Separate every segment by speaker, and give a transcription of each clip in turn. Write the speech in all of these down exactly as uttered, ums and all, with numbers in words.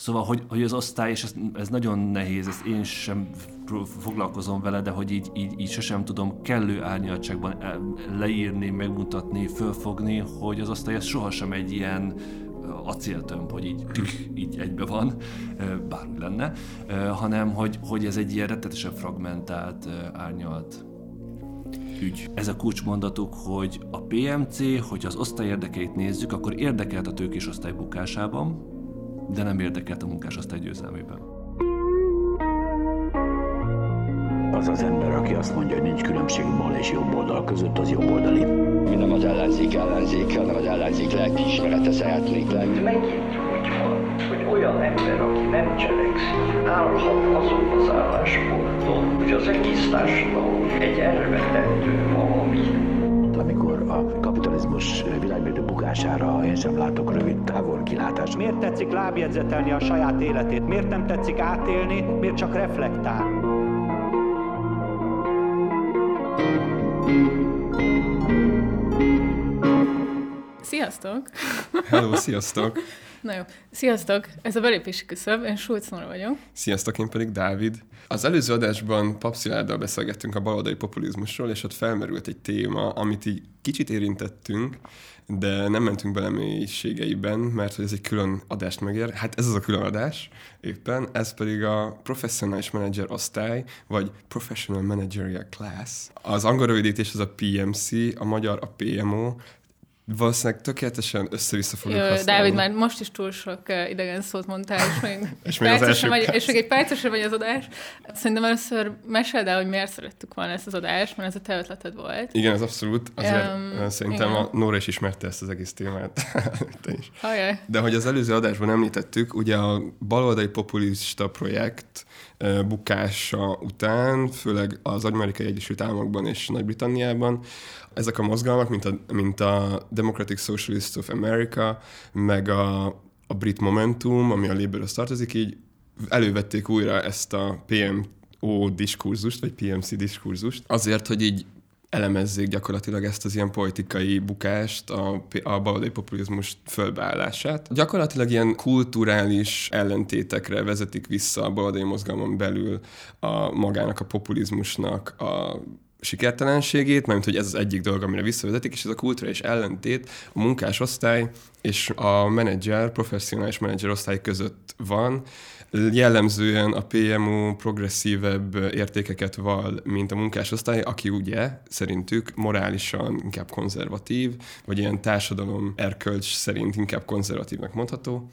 Speaker 1: Szóval, hogy, hogy az osztály, és ez, ez nagyon nehéz, ezt én sem foglalkozom vele, de hogy így, így, így sosem tudom kellő árnyaltságban leírni, megmutatni, fölfogni, hogy az osztály ez sohasem egy ilyen acéltömb, hogy így, így egybe van, bármi lenne, hanem hogy, hogy ez egy ilyen rettetesen fragmentált, árnyalt ügy. Ez a kulcsmondatuk, hogy a pé em cé, hogy az osztály érdekeit nézzük, akkor érdekelt a tőkés osztály bukásában, de nem érdekelt a munkásosztály győzelmében.
Speaker 2: Az az ember, aki azt mondja, hogy nincs különbség bal és jobb oldal között, az jobb oldali.
Speaker 3: Mi nem az ellenzék ellenzéke, hanem az ellenzék lelkiismerete szeretnék lenni.
Speaker 4: Megint úgy van, hogy olyan ember, aki nem cselekszik, állhat azon az állásponton, hogy az egész társadalom egy elvetendő valami.
Speaker 2: Amikor a kapitalizmus világmérdő bukására én sem látok rövid távol kilátást.
Speaker 5: Miért tetszik lábjegyzetelni a saját életét? Miért nem tetszik átélni? Miért csak reflektál?
Speaker 6: Sziasztok!
Speaker 7: Hello, sziasztok!
Speaker 6: Na jó, sziasztok! Ez a belépési küszöb, én Schulz Nóra vagyok.
Speaker 7: Sziasztok, én pedig Dávid. Az előző adásban Pap Szilárddal beszélgettünk a baloldali populizmusról, és ott felmerült egy téma, amit így kicsit érintettünk, de nem mentünk bele mélységeiben, mert hogy ez egy külön adást megér. Hát ez az a külön adás éppen, ez pedig a Professional Manager osztály, vagy Professional Managerial Class. Az angol rövidítés az a pé em cé, a magyar a pé em o, valószínűleg tökéletesen össze-vissza fogjuk
Speaker 6: Jó,
Speaker 7: használni.
Speaker 6: Dávid, már most is túl sok uh, idegen szót mondtál, és még,
Speaker 7: és még, az első
Speaker 6: vagy, és még egy percesre vagy az adás. Szerintem először meséld el, hogy miért szerettük volna ezt az adást, mert ez a te ötleted volt.
Speaker 7: Igen, ez abszolút. Azért um, szerintem
Speaker 6: igen.
Speaker 7: a Nóra is ismerte ezt az egész témát. Te is.
Speaker 6: Ajaj.
Speaker 7: De hogy az előző adásban említettük, ugye a baloldali populista projekt bukása után, főleg az Amerikai Egyesült Államokban és Nagy-Britanniában, ezek a mozgalmak, mint a, mint a Democratic Socialists of America, meg a, a Brit Momentum, ami a Labourhoz tartozik, így elővették újra ezt a pé em o diskurzust, vagy pé em cé diskurzust, azért, hogy így elemezzék gyakorlatilag ezt az ilyen politikai bukást, a, a baloldali populizmus fölbeállását. Gyakorlatilag ilyen kulturális ellentétekre vezetik vissza a baloldali mozgalmon belül a magának a populizmusnak a sikertelenségét, mert hogy ez az egyik dolog, amire visszavezetik, és ez a kulturális ellentét a munkásosztály és a menedzser, professzionális menedzser osztály között van. Jellemzően a pé em o progresszívebb értékeket val, mint a munkásosztály, aki ugye szerintük morálisan inkább konzervatív, vagy ilyen társadalom erkölcs szerint inkább konzervatívnak mondható.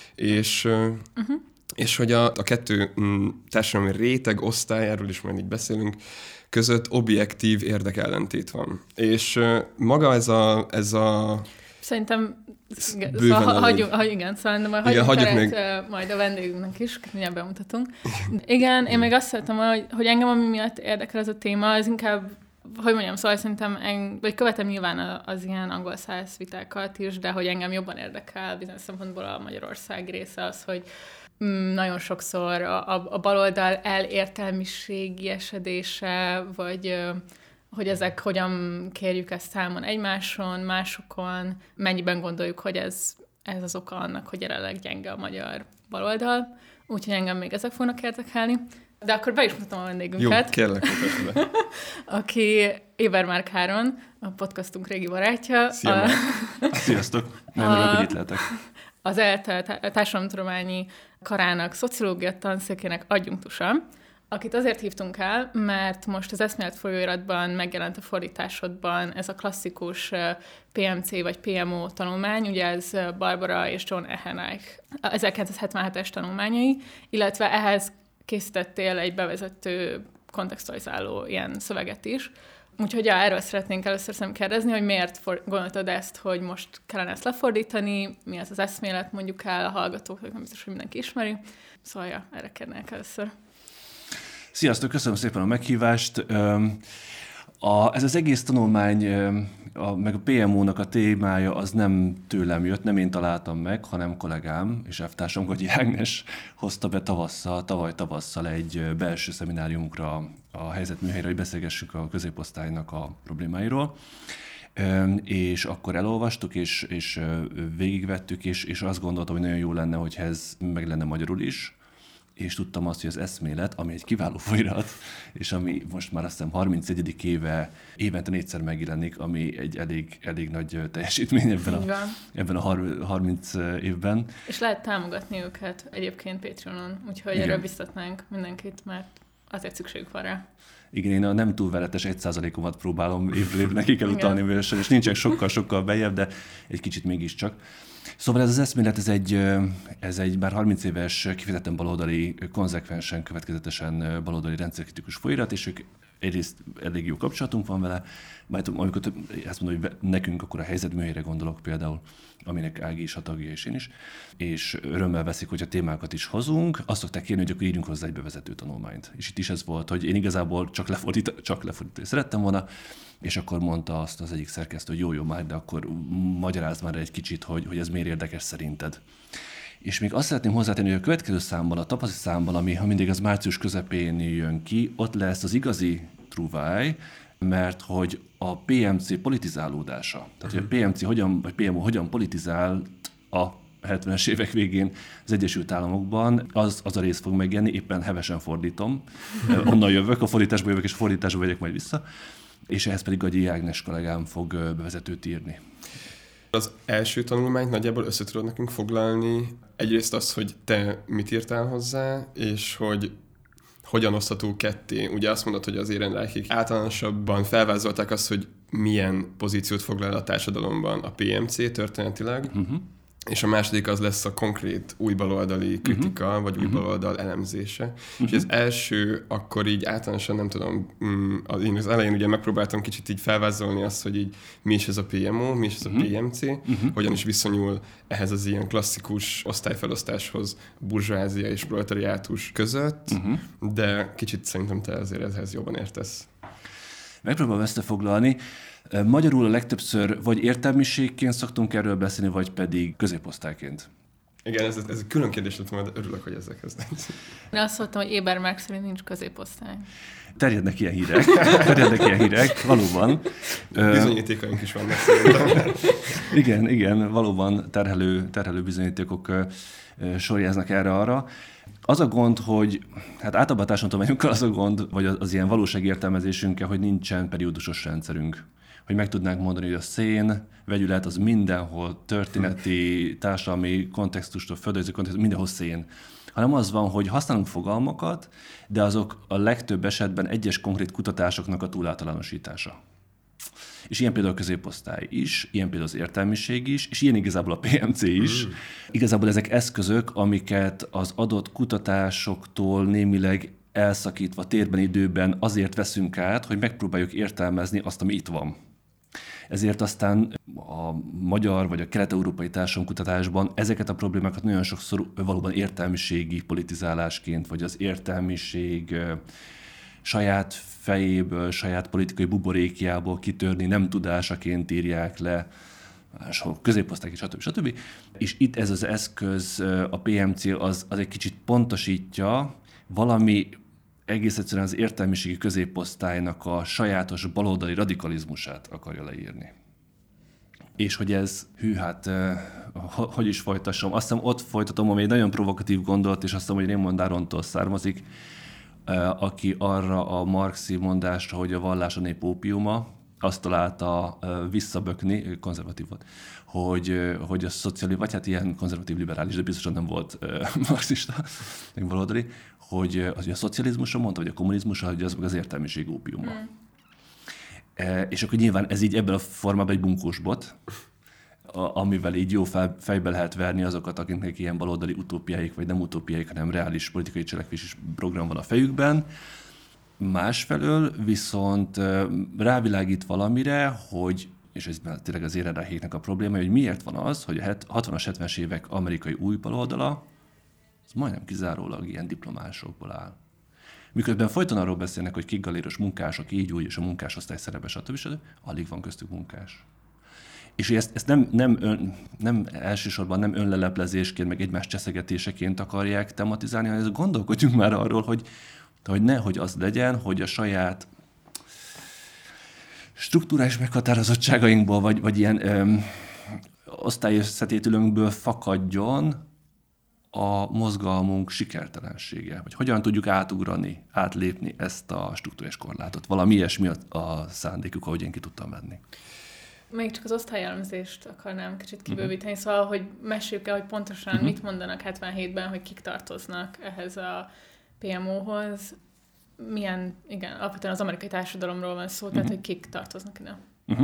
Speaker 7: És, uh-huh. és hogy a, a kettő m, társadalmi réteg osztály, erről is majd így beszélünk, között objektív érdekellentét van. És uh, maga ez a... Ez a
Speaker 6: Szerintem igen, szóval, ha, hagyjuk, ha, igen, szóval majd hagyjuk, igen, hagyjuk még... majd a vendégünknek is, mindjárt bemutatunk. Igen, én még azt szeretem, hogy, hogy engem ami miatt érdekel ez a téma, az inkább, hogy mondjam, szóval szerintem, en, vagy követem nyilván az ilyen angol száz vitákat is, de hogy engem jobban érdekel bizonyos szempontból a Magyarország része az, hogy mm, nagyon sokszor a, a, a baloldal elértelmiségi esedése, vagy... hogy ezek hogyan kérjük ezt számon egymáson, másokon, mennyiben gondoljuk, hogy ez, ez az oka annak, hogy jelenleg gyenge a magyar baloldal. Úgyhogy engem még ezek fognak érdekelni. De akkor be is mutatom a vendégünket.
Speaker 7: Jó, kérlek, mutasd be.
Speaker 6: Aki Ébermárk Áron, a podcastunk régi barátja.
Speaker 1: Szia, a... Sziasztok! Nem örülök, hogy itt lehetek.
Speaker 6: Az é e té e társadalomtudományi karának szociológia tanszékének adjunktusa, akit azért hívtunk el, mert most az Eszmélet folyóiratban megjelent a fordításodban ez a klasszikus pé em cé vagy pé em o tanulmány, ugye ez Barbara és John Ehrenreich ezerkilencszázhetvenhetes tanulmányai, illetve ehhez készítettél egy bevezető, kontextualizáló ilyen szöveget is. Úgyhogy ja, erről szeretnénk először szem kérdezni, hogy miért for- gondoltad ezt, hogy most kellene ezt lefordítani, mi az az eszmélet, mondjuk el a hallgatóknak, nem biztos, hogy mindenki ismeri. Szóval ja, erre kérnék először.
Speaker 1: Sziasztok, köszönöm szépen a meghívást. A, ez az egész tanulmány, a, meg a pé em o-nak a témája az nem tőlem jött, nem én találtam meg, hanem kollégám és elvtársam Gagyi Ágnes hozta be tavasszal, tavaly tavasszal egy belső szemináriumunkra a helyzetműhelyre, hogy beszélgessük a középosztálynak a problémáiról. és akkor elolvastuk, és, és végigvettük, és, és azt gondoltam, hogy nagyon jó lenne, hogyha ez meg lenne magyarul is, és tudtam azt, hogy az eszmélet, ami egy kiváló folyirat, és ami most már azt hiszem harmincegyedik éve évente négyszer megjelenik, ami egy elég, elég nagy teljesítmény ebben a, ebben a harminc évben.
Speaker 6: És lehet támogatni őket egyébként Patreonon, úgyhogy igen. Erre biztatnánk mindenkit, mert azért szükségük van rá.
Speaker 1: Igen, én a nem túl veletes egy százalékomat próbálom évről évre neki kell utalni, és nincsen sokkal-sokkal bejebb, de egy kicsit mégiscsak. Szóval ez az eszmélet, ez egy, ez egy bár harminc éves, kifejezetten baloldali, konzekvensen, következetesen baloldali rendszerkritikus folyirat, és ők egyrészt elég jó kapcsolatunk van vele, majd amikor azt mondom, hogy nekünk, akkor a helyzetműhelyre gondolok például, aminek Ági is a tagja, és én is, és örömmel veszik, hogyha témákat is hozunk, azt szokták kérni, hogy akkor írjunk hozzá egy bevezető tanulmányt. És itt is ez volt, hogy én igazából csak lefordítani csak lefordítani szerettem volna, és akkor mondta azt az egyik szerkesztő, hogy jó, jó, már, de akkor magyarázd már egy kicsit, hogy, hogy ez miért érdekes szerinted. És még azt szeretném hozzátenni, hogy a következő számban, a tapaszti számban, ami ha mindig az március közepén jön ki, ott lesz az igazi trúváj, mert hogy a pé em cé politizálódása, tehát hogy a pé em cé hogyan, vagy pé em o hogyan politizált a hetvenes évek végén az Egyesült Államokban, az, az a rész fog megjelenni, éppen hevesen fordítom. Onnan jövök, a fordításba jövök, és a fordításba vegyek majd vissza. És ehhez pedig Gagyi Ágnes kollégám fog bevezetőt írni.
Speaker 7: Az első tanulmányt nagyjából össze tudod nekünk foglalni. Egyrészt az, hogy te mit írtál hozzá, és hogy hogyan osztható ketté. Ugye azt mondod, hogy az Ehrenreichig általánosabban felvázolták azt, hogy milyen pozíciót foglal a társadalomban a pé em cé történetileg, uh-huh. és a második az lesz a konkrét újbaloldali kritika, uh-huh. vagy újbaloldal elemzése. Uh-huh. És az első, akkor így általánosan nem tudom, én az elején ugye megpróbáltam kicsit így felvázolni azt, hogy így mi is ez a pé em o, mi is ez a uh-huh. pé em cé, uh-huh. hogyan is viszonyul ehhez az ilyen klasszikus osztályfelosztáshoz burzsóázia és proletariátus között, uh-huh. de kicsit szerintem te azért ehhez jobban értesz.
Speaker 1: Megpróbálom összefoglalni. Magyarul a legtöbbször vagy értelmiségként szoktunk erről beszélni, vagy pedig középosztályként.
Speaker 7: Igen, ez, ez egy külön kérdés lett, majd örülök, hogy ezzel kezdett.
Speaker 6: Én azt mondtam, hogy Ebermark szerint nincs középosztály.
Speaker 1: Terjednek ilyen hírek, terjednek ilyen hírek, valóban.
Speaker 7: Bizonyítékaink is vannak szerintem.
Speaker 1: igen, igen, valóban terhelő, terhelő bizonyítékok sorjáznak erre-arra. Az a gond, hogy hát általában a társadalomtudományokkal az a gond, vagy az, az ilyen valóságértelmezésünkkel, hogy nincsen periódusos rendszerünk. Hogy meg tudnánk mondani, hogy a szén, vegyület az mindenhol történeti, társadalmi kontextustól, földrajzi kontextustól, mindenhol szén. Hanem az van, hogy használunk fogalmakat, de azok a legtöbb esetben egyes konkrét kutatásoknak a túláltalánosítása. És ilyen például a középosztály is, ilyen például az értelmiség is, és ilyen igazából a pé em cé is. Mm. Igazából ezek eszközök, amiket az adott kutatásoktól némileg elszakítva térben, időben azért veszünk át, hogy megpróbáljuk értelmezni azt, ami itt van. Ezért aztán a magyar vagy a kelet-európai társadalomkutatásban ezeket a problémákat nagyon sokszor valóban értelmiségi politizálásként, vagy az értelmiség saját fejéből, saját politikai buborékjából kitörni nem tudásaként írják le, máshol középosztályok, stb. stb. És itt ez az eszköz, a pé em cé az, az egy kicsit pontosítja, valami egész egyszerűen az értelmiségi középosztálynak a sajátos baloldali radikalizmusát akarja leírni. És hogy ez, hű, hát, hogy is folytassam? Azt hiszem, ott folytatom, ami egy nagyon provokatív gondolat, és azt hiszem, hogy Raymond Arontól származik, aki arra a marxi mondásra, hogy a vallás a nép ópiuma, azt találta visszabökni, ő konzervatív volt, hogy, hogy a szociális, vagy hát ilyen konzervatív liberális, de biztosan nem volt marxista, meg baloldali, hogy az, a szocializmusra mondta, vagy a kommunizmusra, hogy az meg az értelmiség ópiuma. Mm. E, és akkor nyilván ez így ebben a formában egy bunkós bot, a, amivel így jó fel, fejbe lehet verni azokat, akiknek ilyen baloldali utópiáik, vagy nem utópiáik, hanem reális politikai cselekvési program van a fejükben. Másfelől viszont rávilágít valamire, hogy, és ez tényleg az Ehrenreichnek a probléma, hogy miért van az, hogy a hatvanas, hetvenes évek amerikai új baloldala, az majdnem kizárólag ilyen diplomásokból áll. Miközben folyton arról beszélnek, hogy kékgaléros munkások, így úgy, és a munkásosztály szerepe, stb. stb. Alig van köztük munkás. És ezt, ezt nem, nem, ön, nem elsősorban nem önleleplezésként, meg egymás cseszegetéseként akarják tematizálni, hanem gondolkodjunk már arról, hogy, hogy nehogy az legyen, hogy a saját strukturális meghatározottságainkból, vagy, vagy ilyen öm, osztályösszetételünkből fakadjon a mozgalmunk sikertelensége, vagy hogyan tudjuk átugrani, átlépni ezt a struktúrás korlátot. Valami ilyesmi a, a szándékuk, ahogy én ki tudtam venni.
Speaker 6: Még csak az osztályelemzést akarnám kicsit kibővíteni, uh-huh. szóval, hogy meséljük el, hogy pontosan uh-huh. mit mondanak hetvenhétben, hogy kik tartoznak ehhez a pé em ó-hoz. Milyen, igen, alapvetően az amerikai társadalomról van szó, tehát, uh-huh. hogy kik tartoznak ide.
Speaker 1: Uh-huh.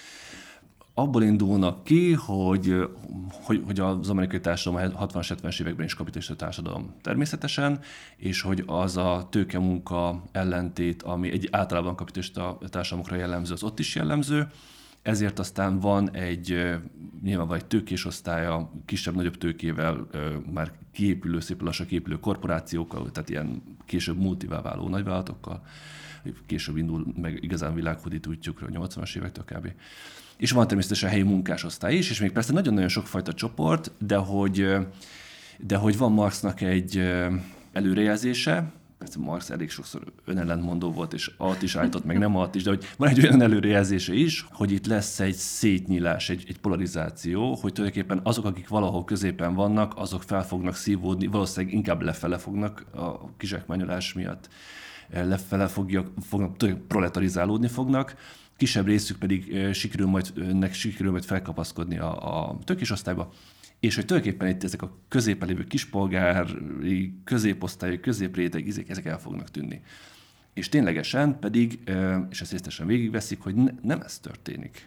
Speaker 1: Abból indulnak ki, hogy, hogy, hogy az amerikai társadalom a hatvanas, hetvenes években is kapitalista társadalom természetesen, és hogy az a tőkemunka ellentét, ami egy általában kapitalista társadalomokra jellemző, az ott is jellemző. Ezért aztán van egy, nyilván van egy tőkés osztálya, kisebb-nagyobb tőkével már kiépülő, szép lassan kiépülő korporációkkal, tehát ilyen később multivá váló nagyvállalatokkal, később indul meg igazán világhódító útjukra a nyolcvanas évektől kb. És van természetesen helyi munkásosztály is, és még persze nagyon-nagyon sokfajta csoport, de hogy, de hogy van Marxnak egy előrejelzése, persze Marx elég sokszor önellentmondó volt, és alt is állított, meg nem alt is, de hogy van egy olyan előrejelzése is, hogy itt lesz egy szétnyílás, egy, egy polarizáció, hogy tulajdonképpen azok, akik valahol középen vannak, azok fel fognak szívódni, valószínűleg inkább lefele fognak a kizsákmányolás miatt, lefele fogják, fognak, proletarizálódni fognak, kisebb részük pedig sikerül majd, nek sikerül majd felkapaszkodni a, a tőkés osztályba, és hogy tulajdonképpen itt ezek a középen lévő kispolgári, középosztályok, középréteg, ezek el fognak tűnni. És ténylegesen pedig, és ezt részletesen végigveszik, hogy ne, nem ez történik.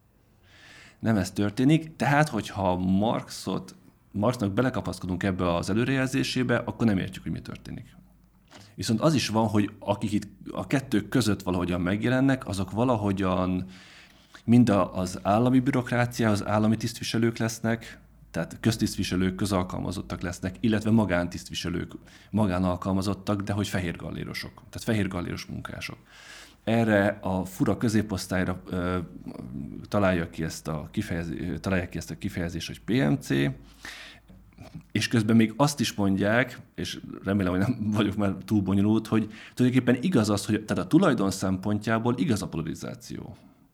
Speaker 1: Nem ez történik, tehát hogyha Marxot, Marxnak belekapaszkodunk ebbe az előrejelzésébe, akkor nem értjük, hogy mi történik. Viszont az is van, hogy akik itt a kettők között valahogyan megjelennek, azok valahogyan mind az állami bürokrácia, az állami tisztviselők lesznek, tehát köztisztviselők, közalkalmazottak lesznek, illetve magántisztviselők, magánalkalmazottak, de hogy fehérgallérosok, tehát fehérgalléros munkások. Erre a fura középosztályra ö, találja ki ezt a kifejezést, találják ki ezt a kifejezést, hogy pé em cé, és közben még azt is mondják, és remélem, hogy nem vagyok már túl bonyolult, hogy tulajdonképpen igaz az, hogy tehát a tulajdon szempontjából igaz a polarizáció.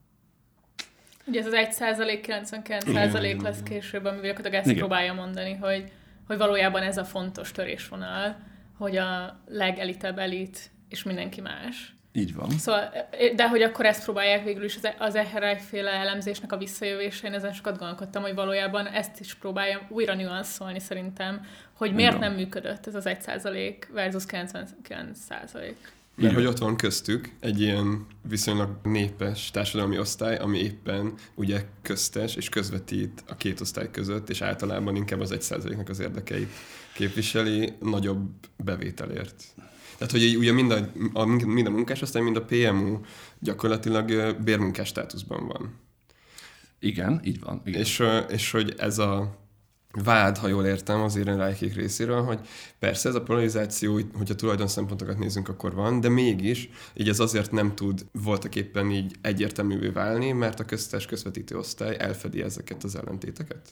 Speaker 6: Ugye ez az egy százalék, kilencvenkilenc százalék lesz később, amivel gyakorlatilag ezt Igen. próbálja mondani, hogy, hogy valójában ez a fontos törésvonal, hogy a legelitebb elit és mindenki más.
Speaker 1: Így van.
Speaker 6: Szóval, de hogy akkor ezt próbálják végül is az, az Ehrenreich-féle elemzésnek a visszajövésén, ezen sokat gondolkodtam, hogy valójában ezt is próbálja újra nüanszolni szerintem, hogy miért Igen. nem működött ez az egy százalék versus kilencvenkilenc százalék.
Speaker 7: Mert hogy ott van köztük egy ilyen viszonylag népes társadalmi osztály, ami éppen ugye köztes és közvetít a két osztály között, és általában inkább az egy százaléknak az érdekeit képviseli nagyobb bevételért. Tehát, hogy ugye mind a, a, mind a munkásosztály, mind a pé em o gyakorlatilag bérmunkás státuszban van.
Speaker 1: Igen, így van. Igen.
Speaker 7: És, és hogy ez a vád, ha jól értem, az Ehrenreichik részéről, hogy persze ez a polarizáció, hogyha tulajdon szempontokat nézünk, akkor van, de mégis így ez azért nem tud voltaképpen így egyértelművé válni, mert a köztes közvetítő osztály elfedi ezeket az ellentéteket.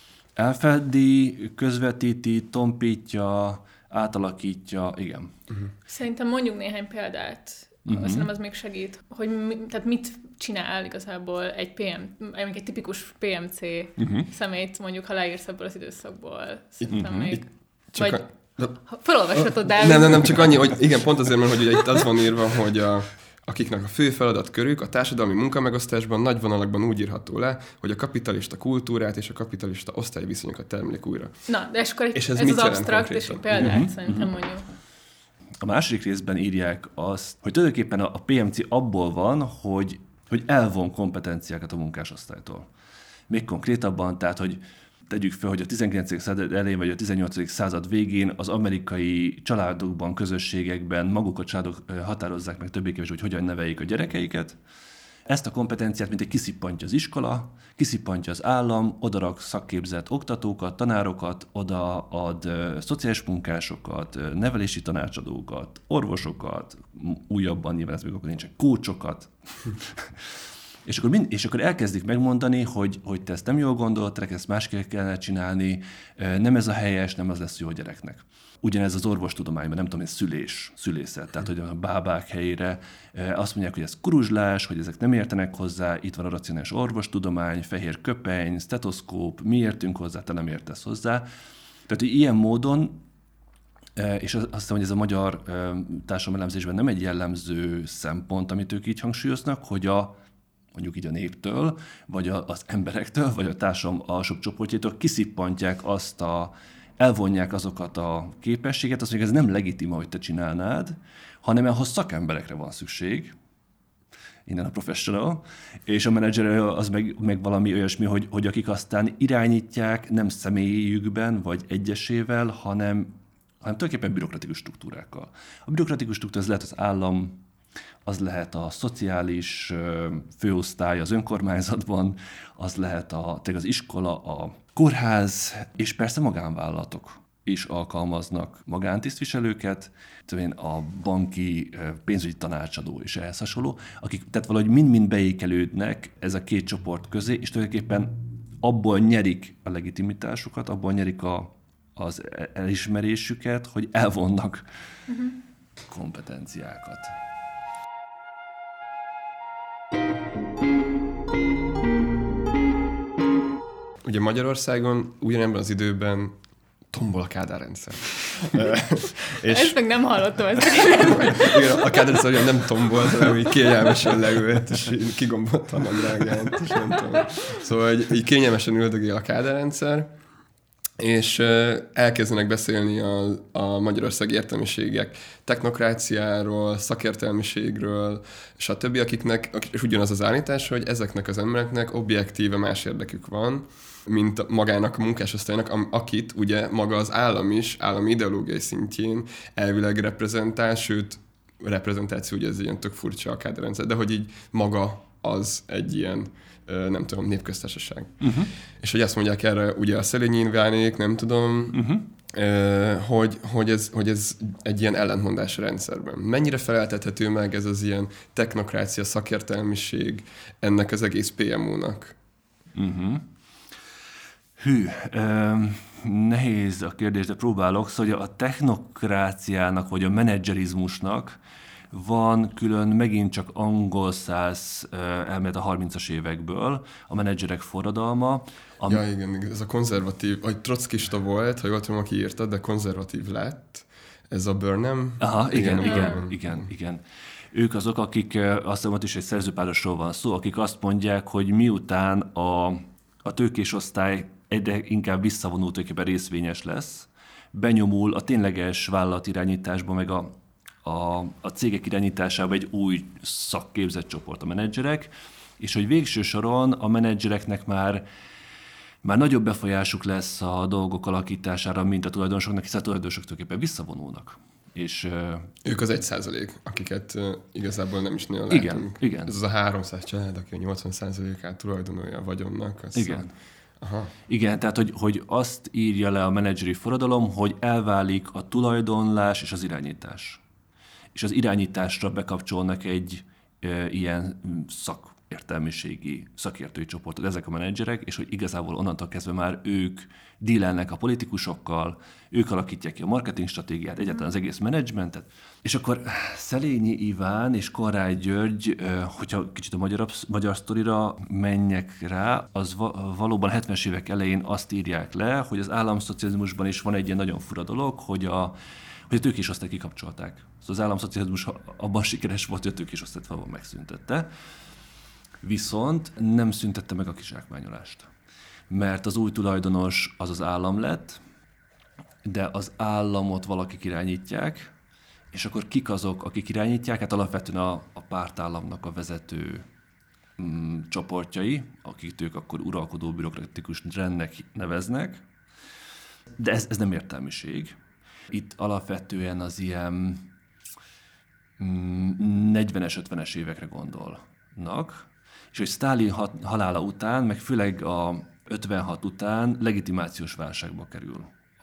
Speaker 1: Elfedi, közvetíti, tompítja, átalakítja, igen.
Speaker 6: Uh-huh. Szerintem mondjuk néhány példát, uh-huh. szerintem az még segít, hogy mi, tehát mit csinál igazából egy pé em, egy tipikus pé em cé uh-huh. személyt, mondjuk, ha leírsz ebből az időszakból. Szerintem uh-huh. még... Vagy a... felolvashatod, de...
Speaker 7: Nem, nem, nem, csak annyi, hogy igen, pont azért, mert hogy ugye itt az van írva, hogy a, akiknek a fő feladatkörük a társadalmi munkamegosztásban nagy vonalakban úgy írható le, hogy a kapitalista kultúrát és a kapitalista osztályviszonyokat termelik újra.
Speaker 6: Na, de és akkor és ez, ez az absztrakt, és egy példát uh-huh. szerintem uh-huh. mondjuk.
Speaker 1: A második részben írják azt, hogy tulajdonképpen a pé em cé abból van, hogy, hogy elvon kompetenciákat a munkásosztálytól. Még konkrétabban, tehát, hogy tegyük fel, hogy a tizenkilencedik század elején vagy a tizennyolcadik század végén az amerikai családokban, közösségekben maguk a családok határozzák meg többé-kevésbé, hogy hogyan neveljék a gyerekeiket. Ezt a kompetenciát mintegy kiszippantja az iskola, kiszippantja az állam, odarak szakképzett oktatókat, tanárokat, odaad uh, szociális munkásokat, uh, nevelési tanácsadókat, orvosokat, újabban nyilván ez még akkor nincsen, kócsokat. És akkor, mind, és akkor elkezdik megmondani, hogy, hogy te ezt nem jól gondolod, te ezt másképp kellene csinálni, nem ez a helyes, nem az lesz jó a gyereknek. Ugyanez az orvostudományban, nem tudom, ez szülés, szülészet, tehát hogy a bábák helyére azt mondják, hogy ez kuruzslás, hogy ezek nem értenek hozzá, itt van a racionális orvostudomány, fehér köpeny, stetoszkóp, mi értünk hozzá, te nem értesz hozzá. Tehát, hogy ilyen módon, és azt hiszem, hogy ez a magyar társadalomelemzésben nem egy jellemző szempont, amit ők így hangsúlyoznak, hogy a mondjuk így a néptől, vagy a, az emberektől, vagy a társadalom alsóbb csoportjaitól kiszippantják azt a, elvonják azokat a képességet, azt mondják, ez nem legitima, hogy te csinálnád, hanem ahhoz szakemberekre van szükség, innen a professional, és a menedzser az meg, meg valami olyasmi, hogy, hogy akik aztán irányítják nem személyükben, vagy egyesével, hanem, hanem tulajdonképpen bürokratikus struktúrákkal. A bürokratikus struktúra az lehet az állam, az lehet a szociális főosztály az önkormányzatban, az lehet a, az iskola, a kórház, és persze magánvállalatok is alkalmaznak magántisztviselőket, a banki pénzügyi tanácsadó és ehhez hasonló, akik tehát valahogy mind-mind beékelődnek ez a két csoport közé, és tulajdonképpen abból nyerik a legitimitásukat, abból nyerik a, az elismerésüket, hogy elvonnak uh-huh. kompetenciákat.
Speaker 7: Ugye Magyarországon ugyanebben az időben tombol a Kádár rendszer.
Speaker 6: és ezt meg nem hallottam. Ezt.
Speaker 7: Igen, a Kádár rendszer nem tombolt, hanem így kényelmesen leült, és kigombolta a nadrágját, és nem tudom. Szóval így, így kényelmesen üldögél a Kádár rendszer, és elkezdenek beszélni a, a magyarországi értelmiségek technokráciáról, szakértelmiségről, és a többi, akiknek, és ugyanaz az állítás, hogy ezeknek az embereknek objektíve más érdekük van, mint magának a munkásosztálynak, akit ugye maga az állam is, állami ideológiai szintjén elvileg reprezentál, sőt, reprezentáció, ugye ez ilyen tök furcsa a Kádár rendszer, de hogy így maga az egy ilyen, nem tudom, népköztársaság. Uh-huh. És hogy azt mondják erre ugye a Szelényi Ivánék, nem tudom, uh-huh. hogy, hogy, ez, hogy ez egy ilyen ellentmondás a rendszerben. Mennyire feleltethető meg ez az ilyen technokrácia, szakértelmiség ennek az egész pé em ó-nak?
Speaker 1: Uh-huh. Hű, eh, nehéz a kérdés, de próbálok. Szóval a technokráciának, vagy a menedzserizmusnak van külön megint csak angol száz uh, elmélet a harmincas évekből, a menedzserek forradalma.
Speaker 7: Am- ja, igen, ez a konzervatív, vagy trockista volt, ha jól tudom, aki írta, de konzervatív lett. Ez a Burnham.
Speaker 1: Aha, igen, igen, igen, igen, igen. Ők azok, akik, azt hiszem, ott is egy szerzőpárosról van szó, akik azt mondják, hogy miután a, a tőkés osztály egyre inkább visszavonult, tulajdonképpen részvényes lesz, benyomul a tényleges vállalatirányításba, meg a A, a cégek irányításába egy új szakképzett csoport, a menedzserek, és hogy végső soron a menedzsereknek már, már nagyobb befolyásuk lesz a dolgok alakítására, mint a tulajdonosoknak, hiszen a tulajdonosok tulajdonképpen visszavonulnak. És,
Speaker 7: ők az egy százalék, akiket uh, igazából nem is nagyon
Speaker 1: igen,
Speaker 7: látunk.
Speaker 1: Igen.
Speaker 7: Ez az a háromszáz család, aki a nyolcvan százalékát tulajdonolja a vagyonnak. Az
Speaker 1: igen.
Speaker 7: Aha.
Speaker 1: Igen, tehát hogy, hogy azt írja le a menedzseri forradalom, hogy elválik a tulajdonlás és az irányítás. És az irányításra bekapcsolnak egy e, ilyen szakértelmiségi, szakértői csoportot, ezek a menedzserek, és hogy igazából onnantól kezdve már ők dílelnek a politikusokkal, ők alakítják ki a marketing stratégiát, egyáltalán az egész menedzsmentet. És akkor Szelényi Iván és Konrád György, hogyha kicsit a magyar, magyar sztorira menjek rá, az valóban hetvenes évek elején azt írják le, hogy az államszocializmusban is van egy ilyen nagyon fura dolog, hogy a hogy a tőkés osztályt kikapcsolták. Szóval az államszocializmus abban sikeres volt, hogy a tőkés osztályt valahol megszüntette. Viszont nem szüntette meg a kizsákmányolást. Mert az új tulajdonos az az állam lett, de az államot valakik irányítják, és akkor kik azok, akik irányítják? Hát alapvetően a, a pártállamnak a vezető mm, csoportjai, akik ők akkor uralkodó bürokratikus rendnek neveznek, de ez, ez nem értelmiség. Itt alapvetően az ilyen negyvenes, ötvenes évekre gondolnak, és hogy Sztálin halála után, meg főleg a ötvenhat után legitimációs válságba kerül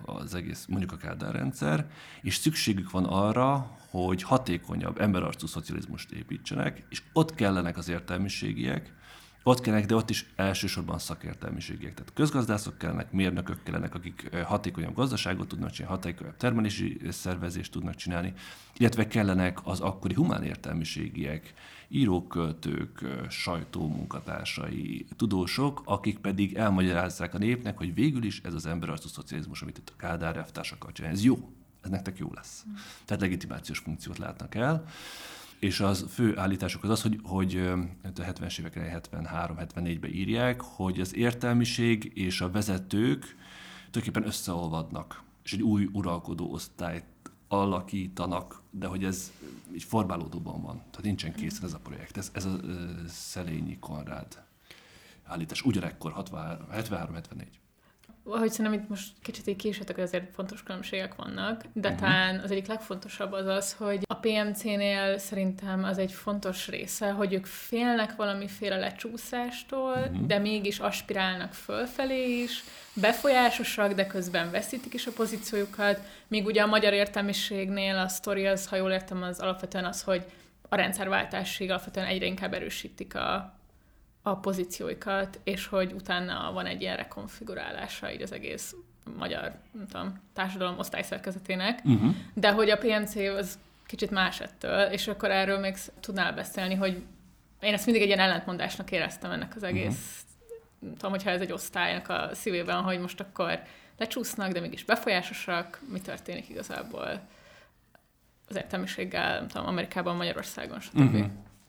Speaker 1: az egész, mondjuk a Kádár rendszer, és szükségük van arra, hogy hatékonyabb emberarcú szocializmust építsenek, és ott kellenek az értelmiségiek, ott kellenek, de ott is elsősorban szakértelmiségiek. Tehát közgazdászok kellenek, mérnökök kellenek, akik hatékonyabb gazdaságot tudnak csinálni, hatékonyabb termelési szervezést tudnak csinálni, illetve kellenek az akkori humán értelmiségiek, írók, költők, sajtómunkatársai, tudósok, akik pedig elmagyarázzák a népnek, hogy végül is ez az emberarcú szocializmus, amit itt a Kádár elvtársakkal csinál, ez jó, ez nektek jó lesz. Tehát legitimációs funkciót látnak el. És az fő állításuk az az, hogy, hogy a hetvenes évekre hetvenhárom hetvennégyben írják, hogy az értelmiség és a vezetők tulajdonképpen összeolvadnak, és egy új uralkodó osztályt alakítanak, de hogy ez így formálódóban van. Tehát nincsen készen ez a projekt. Ez, ez a uh, Szelényi Konrád állítás. Ugyanekkor hetvenhárom hetvennégy.
Speaker 6: Ahogy szerintem itt most kicsit így késetek, hogy azért fontos különbségek vannak, de uh-huh. talán az egyik legfontosabb az az, hogy a pé em cé-nél szerintem az egy fontos része, hogy ők félnek valamiféle lecsúszástól, uh-huh. de mégis aspirálnak fölfelé is, befolyásosak, de közben veszítik is a pozíciójukat, míg ugye a magyar értelmiségnél a sztori az, ha jól értem, az alapvetően az, hogy a rendszerváltásig alapvetően egyre inkább erősítik a a pozícióikat, és hogy utána van egy ilyen rekonfigurálása így az egész magyar, nem tudom, társadalom osztályszerkezetének, uh-huh. de hogy a pé em cé az kicsit más ettől, és akkor erről még tudnál beszélni, hogy én ezt mindig egy ilyen ellentmondásnak éreztem ennek az egész, uh-huh. nem tudom, hogyha ez egy osztálynak a szívében, hogy most akkor lecsúsznak, de mégis befolyásosak, mi történik igazából az értelmiséggel, nem tudom, Amerikában, Magyarországon, stb. Uh-huh.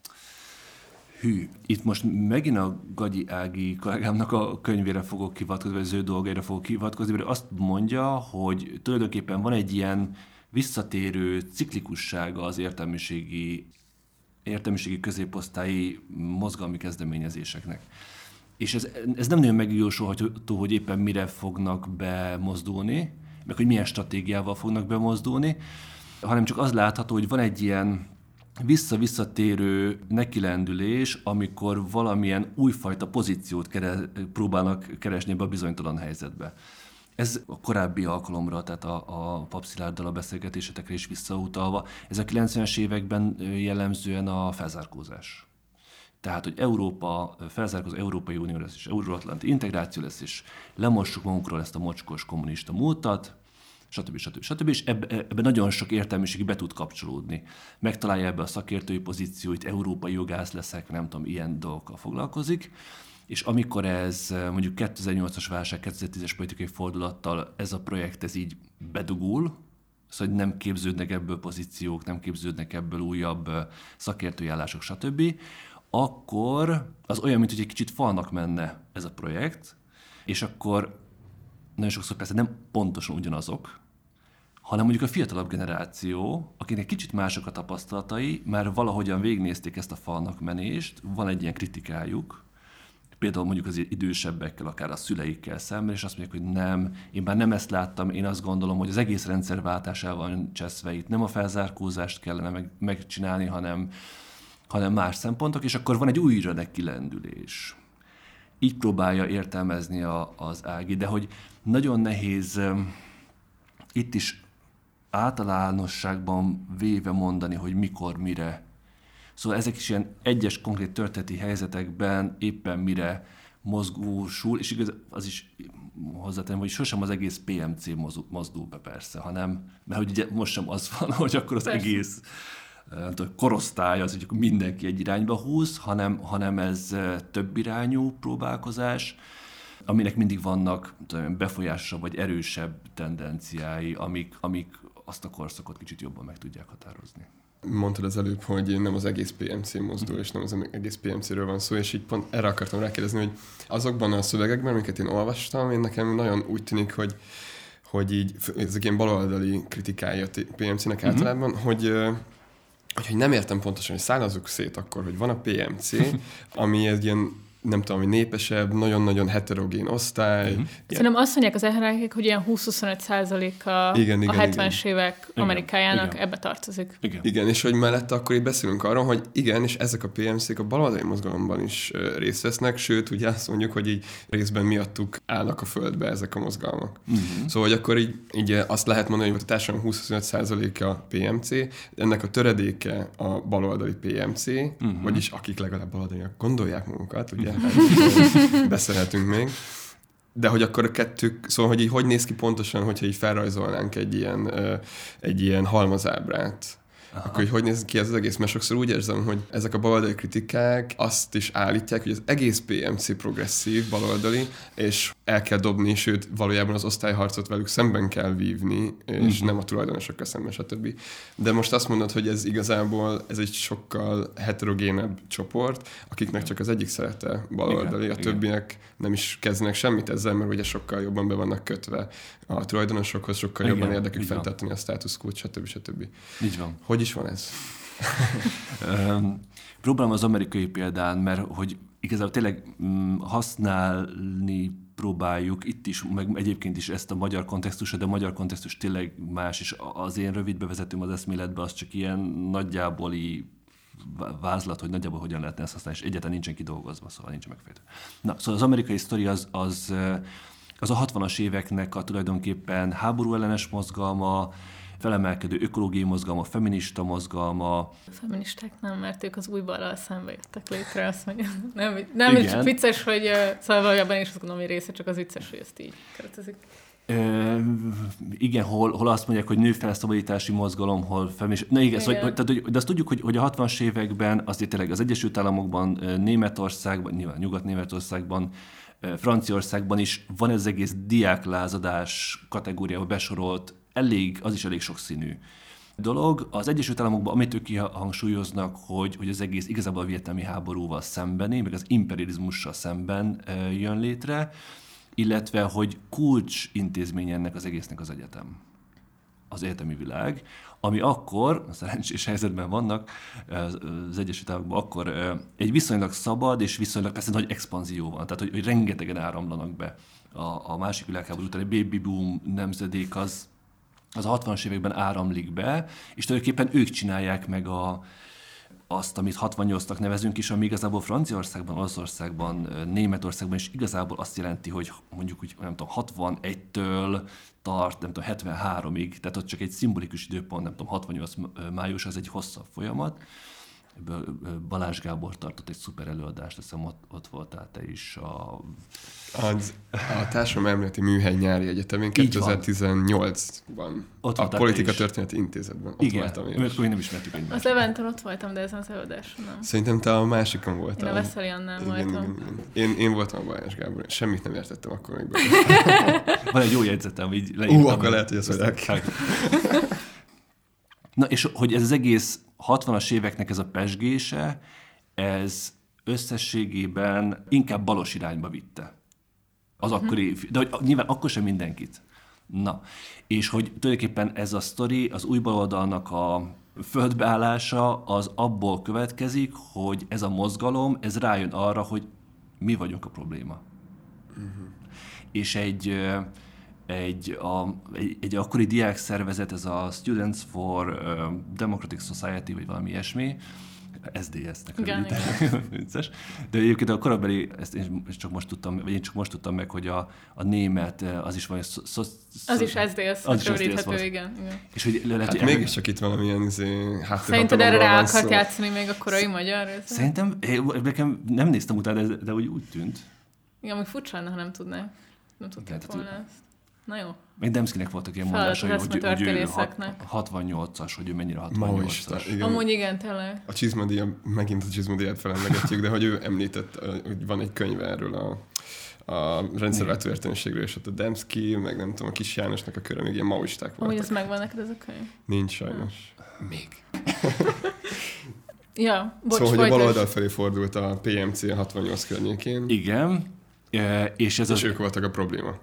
Speaker 1: Hű, itt most megint a Gagyi Ági kollégámnak a könyvére fogok hivatkozni, vagy az ő dolgaira fogok hivatkozni, mert azt mondja, hogy tulajdonképpen van egy ilyen visszatérő ciklikussága az értelmiségi, értelmiségi középosztályi mozgalmi kezdeményezéseknek. És ez, ez nem nagyon megjósolható, hogy éppen mire fognak bemozdulni, meg hogy milyen stratégiával fognak bemozdulni, hanem csak az látható, hogy van egy ilyen vissza-visszatérő nekilendülés, amikor valamilyen újfajta pozíciót kere, próbálnak keresni ebbe a bizonytalan helyzetbe. Ez a korábbi alkalomra, tehát a, a Pap Szilárddal a beszélgetésetekre is visszautalva, ez a kilencvenes években jellemzően a felzárkózás. Tehát, hogy Európa, felzárkózó Európai Unió lesz, és euróatlanti integráció lesz, és lemossuk magunkról ezt a mocskos kommunista múltat, stb. stb. stb. És ebben ebbe nagyon sok értelmiségi be tud kapcsolódni. Megtalálja ebbe a szakértői pozícióit, európai jogász leszek, nem tudom, ilyen dolgokkal foglalkozik, és amikor ez mondjuk kétezer-nyolcas válság, kétezer-tízes politikai fordulattal ez a projekt ez így bedugul, szóval nem képződnek ebből pozíciók, nem képződnek ebből újabb szakértői állások, stb., akkor az olyan, mint hogy egy kicsit falnak menne ez a projekt, és akkor nagyon sokszor persze nem pontosan ugyanazok, hanem mondjuk a fiatalabb generáció, akinek kicsit mások a tapasztalatai, már valahogyan végignézték ezt a falnak menést, van egy ilyen kritikájuk, például mondjuk az idősebbekkel, akár a szüleikkel szemben, és azt mondják, hogy nem, én már nem ezt láttam, én azt gondolom, hogy az egész rendszerváltás el van cseszve itt, nem a felzárkózást kellene meg, megcsinálni, hanem, hanem más szempontok, és akkor van egy újra nekilendülés. Így próbálja értelmezni a, az Ági, de hogy nagyon nehéz um, itt is általánosságban véve mondani, hogy mikor, mire. Szóval ezek is ilyen egyes konkrét történeti helyzetekben éppen mire mozgósul, és igaz, az is hozzátenem, hogy sosem az egész pé em cé mozdul be persze, hanem, mert hogy ugye most sem az van, hogy akkor az persze. egész tudom, korosztály az, hogy mindenki egy irányba húz, hanem, hanem ez több irányú próbálkozás, aminek mindig vannak tudom, befolyásosabb vagy erősebb tendenciái, amik, amik azt a korszakot kicsit jobban meg tudják határozni.
Speaker 7: Mondtad az előbb, hogy nem az egész pé em cé mozdul, és nem az egész pé em céről van szó, és így pont erre akartam rákérdezni, hogy azokban a szövegekben, amiket én olvastam, én nekem nagyon úgy tűnik, hogy, hogy így, ezek ilyen baloldali kritikája a pé em cének uh-huh. általában, hogy Hogy nem értem pontosan, hogy szállazzuk szét akkor, hogy van a pé em cé, ami egy ilyen nem tudom, népesebb, nagyon-nagyon heterogén osztály. Uh-huh.
Speaker 6: Szerintem azt mondják az eherekek, hogy ilyen húsz-huszonöt százaléka a hetvenes évek Amerikájának igen. ebbe tartozik.
Speaker 7: Igen. igen, és hogy mellette akkor itt beszélünk arról, hogy igen, és ezek a pé em cék a baloldali mozgalomban is részt vesznek, sőt, ugye azt mondjuk, hogy így részben miattuk állnak a földbe ezek a mozgalmak. Uh-huh. Szóval, hogy akkor így, így azt lehet mondani, hogy a társadalom húsz-huszonöt százaléka pé em cé, ennek a töredéke a baloldali pé em cé, uh-huh. vagyis akik legalább baloldaliak gondolják magukat, ugye, beszélhetünk még. De hogy akkor a kettők, szóval, hogy így hogy néz ki pontosan, hogyha így felrajzolnánk egy ilyen, egy ilyen halmazábrát. Aha. Akkor hogy, hogy néz ki ez az egész? Mert sokszor úgy érzem, hogy ezek a baloldali kritikák azt is állítják, hogy az egész pé em cé progresszív, baloldali, és el kell dobni, sőt, valójában az osztályharcot velük szemben kell vívni, és uh-huh. nem a tulajdonosokkal szemben, stb. De most azt mondod, hogy ez igazából ez egy sokkal heterogénebb csoport, akiknek csak az egyik szerete baloldali, igen, a többiek igen. nem is kezdenek semmit ezzel, mert ugye sokkal jobban be vannak kötve a tulajdonosokhoz, sokkal igen, jobban érdekük fenntartani a status quo-t, stb. stb.
Speaker 1: Így van.
Speaker 7: Hogy is van ez?
Speaker 1: Próbálom az amerikai példán, mert hogy igazából tényleg mm, használni próbáljuk itt is, meg egyébként is ezt a magyar kontextusra, de a magyar kontextus tényleg más, és az én rövid bevezetőm az eszméletbe az csak ilyen nagyjáboli vázlat, hogy nagyjából hogyan lehetne ezt használni, és egyáltalán nincsen kidolgozva, szóval nincsen megfejtő. Na, szóval az amerikai sztori az, az, az a hatvanas éveknek a tulajdonképpen háború ellenes mozgalma, felemelkedő ökológiai mozgalma, feminista mozgalma.
Speaker 6: A feministák nem, mert ők az új ballal szembe jöttek létre, azt mondja. Nem, nem csak vicces, hogy szóval valójában is azt gondolom, hogy része csak az vicces, hogy ezt így keretezik.
Speaker 1: E, igen, hol, hol azt mondják, hogy nőfelszabadítási mozgalom, hol feminista. Na igen, igen. Szóval, tehát, hogy, de azt tudjuk, hogy, hogy a hatvanas években azért tényleg az Egyesült Államokban, Németországban, nyilván Nyugat-Németországban, Franciaországban is van ez egész diáklázadás kategóriába besorolt, elég, az is elég sokszínű dolog. Az Egyesült Államokban, amit ők kihangsúlyoznak, hogy, hogy az egész igazából a vietnámi háborúval szembeni, meg az imperializmussal szemben e, jön létre, illetve, hogy kulcs intézmény ennek az egésznek az egyetem, az egyetemi világ, ami akkor, szerencsés helyzetben vannak, az Egyesült Államokban akkor egy viszonylag szabad és viszonylag persze nagy expanzió van, tehát hogy, hogy rengetegen áramlanak be a, a másik világháború után, egy baby boom nemzedék az az a hatvanas években áramlik be, és tulajdonképpen ők csinálják meg a, azt, amit hatvannyolcnak nevezünk is, ami igazából Franciaországban, Olaszországban, Németországban is igazából azt jelenti, hogy mondjuk úgy, nem tudom, hatvanegytől tart, nem tudom, hetvenháromig, tehát ott csak egy szimbolikus időpont, nem tudom, hatvannyolc május, az egy hosszabb folyamat. Ebből Balázs Gábor tartott egy szuper előadást, azt hiszem ott, ott voltál te is. A,
Speaker 7: az, a Társadalomelméleti Műhely Nyári Egyetemén kétezer-tizennyolcban.
Speaker 1: Ott
Speaker 7: a Politika Történeti Intézetben. Ott
Speaker 1: igen,
Speaker 7: voltam én.
Speaker 1: Mert nem ismertük egymást.
Speaker 6: Az Eventen ott voltam, de ezen az előadáson nem.
Speaker 7: Szerintem te a másikon voltál.
Speaker 6: Én a Veszeli Annál voltam. Igen, igen.
Speaker 7: Én, én voltam a Balázs Gábor. Semmit nem értettem akkor még.
Speaker 1: Van egy jó jegyzetem, így leírtam.
Speaker 7: Ú, akkor lehet, hogy ezt mondják.
Speaker 1: Na, és hogy ez az egész hatvanas éveknek ez a pezsgése, ez összességében inkább balos irányba vitte. Az uh-huh. akkori, de hogy nyilván akkor sem mindenkit. Na, és hogy tulajdonképpen ez a sztori, az új baloldalnak a földbeállása, az abból következik, hogy ez a mozgalom, ez rájön arra, hogy mi vagyunk a probléma. Uh-huh. És egy... Egy, a, egy, egy akkori diákszervezet, ez a Students for uh, Democratic Society, vagy valami ilyesmi, es dé es-nek vicces. De egyébként a korabeli, ezt én csak most tudtam, vagy én csak most tudtam meg, hogy a, a német, az is van, szó, szó,
Speaker 6: az is es dé es, az rövidíthető, igen, igen.
Speaker 1: És hogy lehet,
Speaker 7: hát
Speaker 1: hogy
Speaker 7: mégiscsak itt valamilyen izé,
Speaker 6: szerinted erre rá akart játszani még a korai magyar?
Speaker 1: Szerintem, nekem nem néztem utána, de, de úgy, úgy tűnt.
Speaker 6: Igen, még furcsa lenne, ha nem tudnák. Nem tudták volna ezt. Na jó.
Speaker 1: Még Demszkinek voltak ilyen mondásai, hogy, hogy ő hatvannyolcas, hogy ő mennyire hatvannyolcas.
Speaker 6: Igen. Amúgy igen, tényleg.
Speaker 7: A Csizmadia, megint a Csizmadiát felemlegetjük, de hogy ő említett, hogy van egy könyv erről a, a rendszerváltó értelmiségről, és ott a Demszki, meg nem tudom, a Kis Jánosnak a köre, még ilyen maoisták voltak.
Speaker 6: Amúgy ez megvan neked ez a könyv?
Speaker 7: Nincs sajnos.
Speaker 1: Hmm. Még.
Speaker 6: Ja, bocs,
Speaker 7: szóval, hogy a baloldal felé fordult a pé em cé hatvannyolc környékén.
Speaker 1: Igen. E, és ez
Speaker 7: és
Speaker 1: az...
Speaker 7: ők voltak a probléma.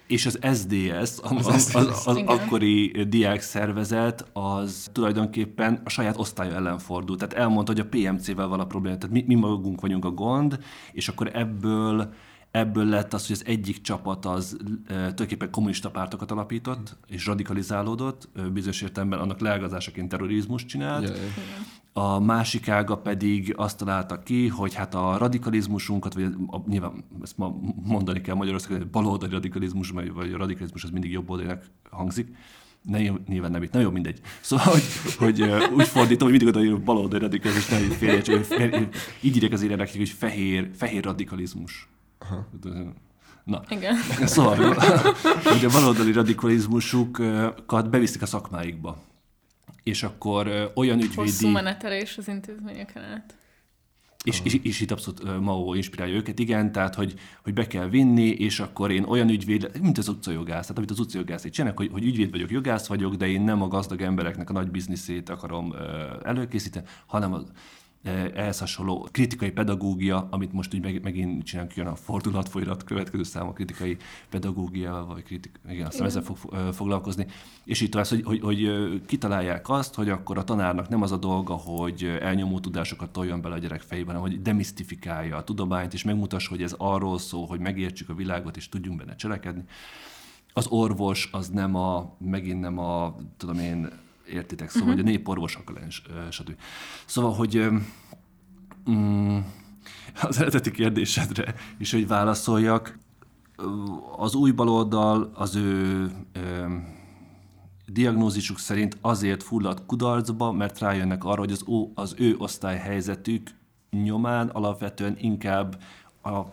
Speaker 1: És az es dé es, az, az, az, az akkori diák szervezet, az tulajdonképpen a saját osztálya ellen fordult. Tehát elmondta, hogy a pé em cé-vel van a probléma. Tehát mi, mi magunk vagyunk a gond, és akkor ebből, ebből lett az, hogy az egyik csapat az e, tulajdonképpen kommunista pártokat alapított, és radikalizálódott, bizonyos értelemben annak leágazásaként terrorizmust csinált. Yeah. A másik ága pedig azt találta ki, hogy hát a radikalizmusunkat, vagy a, nyilván ezt ma mondani kell Magyarországon, hogy baloldali radikalizmus, vagy a radikalizmus az mindig jobb oldalinak hangzik. Ne, nyilván nem itt, nagyon mindegy. Szóval, hogy, hogy úgy fordítom, hogy mindig oda, hogy baloldali radikalizmus, nem így félre, így írják az éredeknek, hogy fehér, fehér radikalizmus. Aha. Na,
Speaker 6: igen.
Speaker 1: Szóval, hogy a baloldali radikalizmusukat beviszik a szakmáikba. És akkor ö, olyan ügyvédi...
Speaker 6: Hosszú menetelés az intézményeken át.
Speaker 1: És, és, és itt abszolút Mao inspirálja őket, igen, tehát, hogy, hogy be kell vinni, és akkor én olyan ügyvéd, mint az utcajogász, tehát amit az utcajogász csinálnak, hogy, hogy ügyvéd vagyok, jogász vagyok, de én nem a gazdag embereknek a nagy bizniszét akarom ö, előkészíteni, hanem az ehhez hasonló kritikai pedagógia, amit most úgy meg, megint csinálunk, jön a fordulatfolyamat következő szám a kritikai pedagógia, vagy kritik, igen, aztán ezzel fog foglalkozni. És itt az, hogy, hogy, hogy kitalálják azt, hogy akkor a tanárnak nem az a dolga, hogy elnyomó tudásokat toljon bele a gyerek fejébe, hanem hogy demisztifikálja a tudományt, és megmutassa, hogy ez arról szól, hogy megértsük a világot, és tudjunk benne cselekedni. Az orvos az nem a, megint nem a, tudom én, értitek, szóval, uh-huh. hogy a néporvos akar lenni, stb. Szóval, hogy um, az eredeti kérdésedre is, hogy válaszoljak, az új baloldal az ő um, diagnózisuk szerint azért fullad kudarcba, mert rájönnek arra, hogy az, ó, az ő osztályhelyzetük nyomán alapvetően inkább a, a,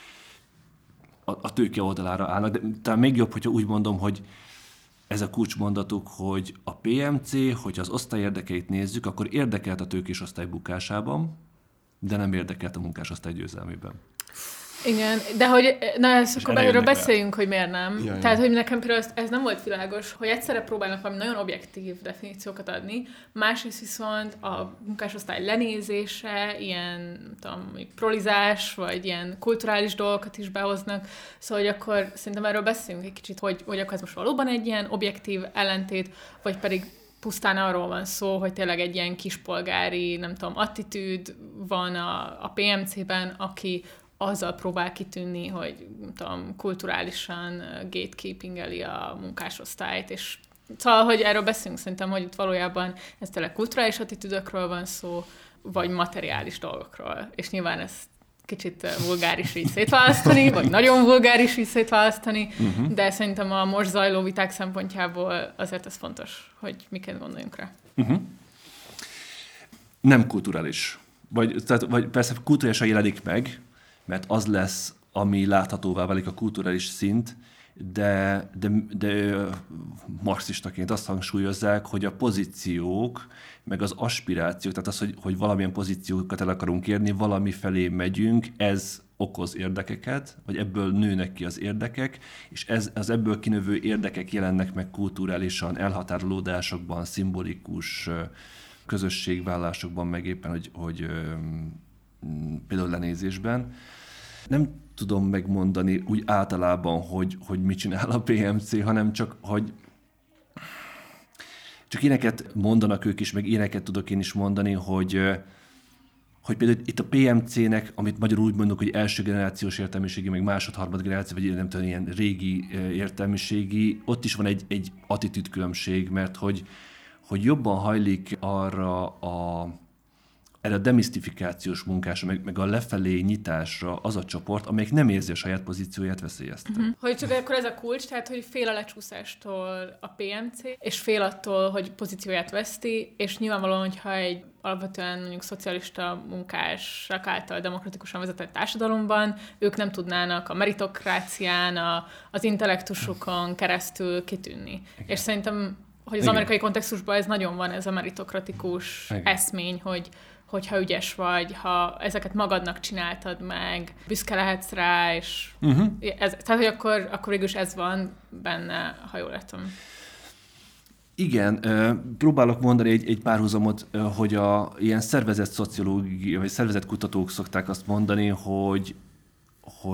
Speaker 1: a tőke oldalára állnak. De talán még jobb, hogyha úgy mondom, hogy ez a kulcsmondatuk, hogy a pé em cé, hogyha az osztály érdekeit nézzük, akkor érdekelt a tőkés osztály bukásában, de nem érdekelt a munkásosztály győzelmében.
Speaker 6: Igen, de hogy, na ezt akkor erről beszéljünk, hogy miért nem.
Speaker 7: Jaj,
Speaker 6: Tehát, hogy nekem például ez nem volt világos, hogy egyszerre próbálnak valami nagyon objektív definíciókat adni, másrészt viszont a munkásosztály lenézése, ilyen, tudom, prolizás, vagy ilyen kulturális dolgokat is behoznak, szóval, hogy akkor szerintem erről beszéljünk egy kicsit, hogy, hogy akkor ez most valóban egy ilyen objektív ellentét, vagy pedig pusztán arról van szó, hogy tényleg egy ilyen kispolgári, nem tudom, attitűd van a, a pé em cében, aki azzal próbál kitűnni, hogy tudom, kulturálisan gatekeepingeli a munkásosztályt, és szóval, hogy erről beszélünk szerintem, hogy itt valójában ez tényleg kulturális attitűdökről van szó, vagy materiális dolgokról. És nyilván ez kicsit vulgáris így szétválasztani, vagy nagyon vulgáris így szétválasztani, uh-huh. de szerintem a most zajló viták szempontjából azért ez fontos, hogy miként gondoljunk rá.
Speaker 1: Uh-huh. Nem kulturális. Vagy, tehát, vagy persze kulturálisan jelenik meg, mert az lesz, ami láthatóvá válik a kulturális szint, de, de, de marxistaként azt hangsúlyozzák, hogy a pozíciók, meg az aspirációk, tehát az, hogy, hogy valamilyen pozíciókat el akarunk érni, valami felé megyünk, ez okoz érdekeket, vagy ebből nőnek ki az érdekek, és ez, az ebből kinövő érdekek jelennek meg kulturálisan, elhatárolódásokban, szimbolikus közösségvállásokban, meg éppen, hogy, hogy például lenézésben. Nem tudom megmondani úgy általában, hogy, hogy mit csinál a pé em cé, hanem csak, hogy csak éneket mondanak ők is, meg éneket tudok én is mondani, hogy, hogy például itt a pé em cének, amit magyarul úgy mondunk, hogy első generációs értelmiségi, meg másod-harmad generáció, vagy nem tudom, ilyen régi értelmiségi, ott is van egy, egy attitűdkülönbség, mert hogy, hogy jobban hajlik arra a erre a demisztifikációs munkásra, meg, meg a lefelé nyitásra az a csoport, amelyik nem érzi a saját pozícióját veszélyeztetve. Uh-huh.
Speaker 6: Hogy csak akkor ez a kulcs, tehát hogy fél a lecsúszástól a pé em cé, és fél attól, hogy pozícióját veszti, és nyilvánvalóan, hogyha egy alapvetően mondjuk szocialista munkások által demokratikusan vezetett társadalomban, ők nem tudnának a meritokrácián, a, az intellektusukon keresztül kitűnni. Igen. És szerintem, hogy az Igen. amerikai kontextusban ez nagyon van, ez a meritokratikus Igen. eszmény, hogy hogyha ügyes vagy, ha ezeket magadnak csináltad meg, büszke lehetsz rá, és uh-huh. ez, tehát, hogy akkor, akkor végülis ez van benne, ha jól értem.
Speaker 1: Igen, próbálok mondani egy, egy párhuzamot, hogy a ilyen szervezett szociológia, vagy szervezett kutatók szokták azt mondani, hogy, hogy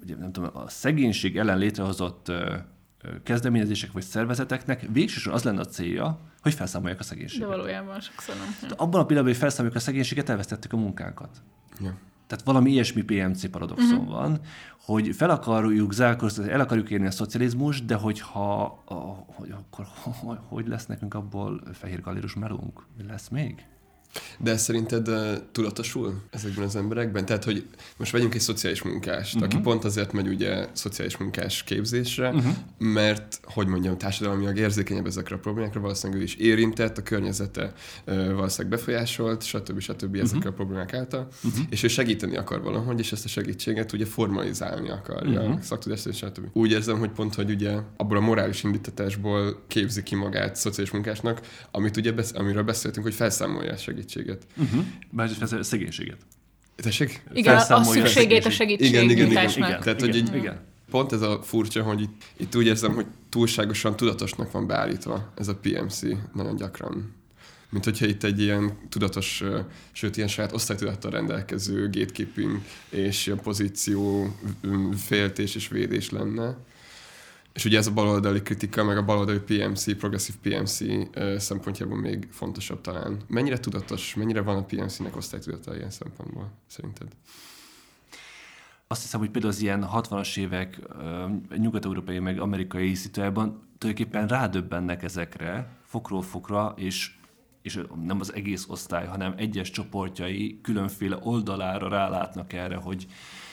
Speaker 1: ugye nem tudom, a szegénység ellen létrehozott ö, ö, kezdeményezések vagy szervezeteknek végsősorban az lenne a célja, hogy felszámolják a szegénységet.
Speaker 6: De valójában sokszor nem.
Speaker 1: Ja. Abban a pillanatban, hogy felszámoljuk a szegénységet, elvesztettük a munkánkat.
Speaker 7: Ja.
Speaker 1: Tehát valami ilyesmi pé em cé paradoxon uh-huh. van, hogy fel akarjuk zárkóztatni, el akarjuk érni a szocializmus, de hogyha, a, hogy akkor hogy, hogy lesz nekünk abból fehér galérus melónk? Mi lesz még?
Speaker 7: De szerinted uh, tudatosul ezekben az emberekben? Tehát, hogy most vegyünk egy szociális munkást, uh-huh. aki pont azért megy ugye szociális munkás képzésre, uh-huh. mert, hogy mondjam, társadalmilag érzékenyebb ezekre a problémákra, valószínűleg ő is érintett, a környezete uh, valószínűleg befolyásolt, stb. stb. Uh-huh. ezekre a problémák által, uh-huh. és ő segíteni akar valahogy, és ezt a segítséget ugye formalizálni akarja, uh-huh. szaktudást, stb. Úgy érzem, hogy pont, hogy ugye abból a morális indítatásból képzi ki magát szociális munkásnak, amit ugye besz- amiről beszéltünk, hogy felszámolja a segítséget.
Speaker 1: Uh-huh. Bárcsak a szegénységet.
Speaker 7: Tessék?
Speaker 6: Igen, a szükségét a segítségnyújtásnak.
Speaker 7: Igen, igen, igen, igen. Tehát,
Speaker 1: igen,
Speaker 7: hogy így,
Speaker 1: igen.
Speaker 7: Pont ez a furcsa, hogy itt, itt úgy érzem, hogy túlságosan tudatosnak van beállítva ez a pé em cé nagyon gyakran. Mint hogyha itt egy ilyen tudatos, sőt, ilyen saját osztálytudattal rendelkező gatekeeping és ilyen pozíció féltés és védés lenne. És ugye ez a baloldali kritika, meg a baloldali pé em cé, progresszív pé em cé szempontjából még fontosabb talán. Mennyire tudatos, mennyire van a pé em cé-nek osztálytudata ilyen szempontból, szerinted?
Speaker 1: Azt hiszem, hogy például az ilyen hatvanas évek nyugat-európai meg amerikai szituációban tulajdonképpen rádöbbennek ezekre fokról fokra, és, és nem az egész osztály, hanem egyes csoportjai különféle oldalára rálátnak erre, hogy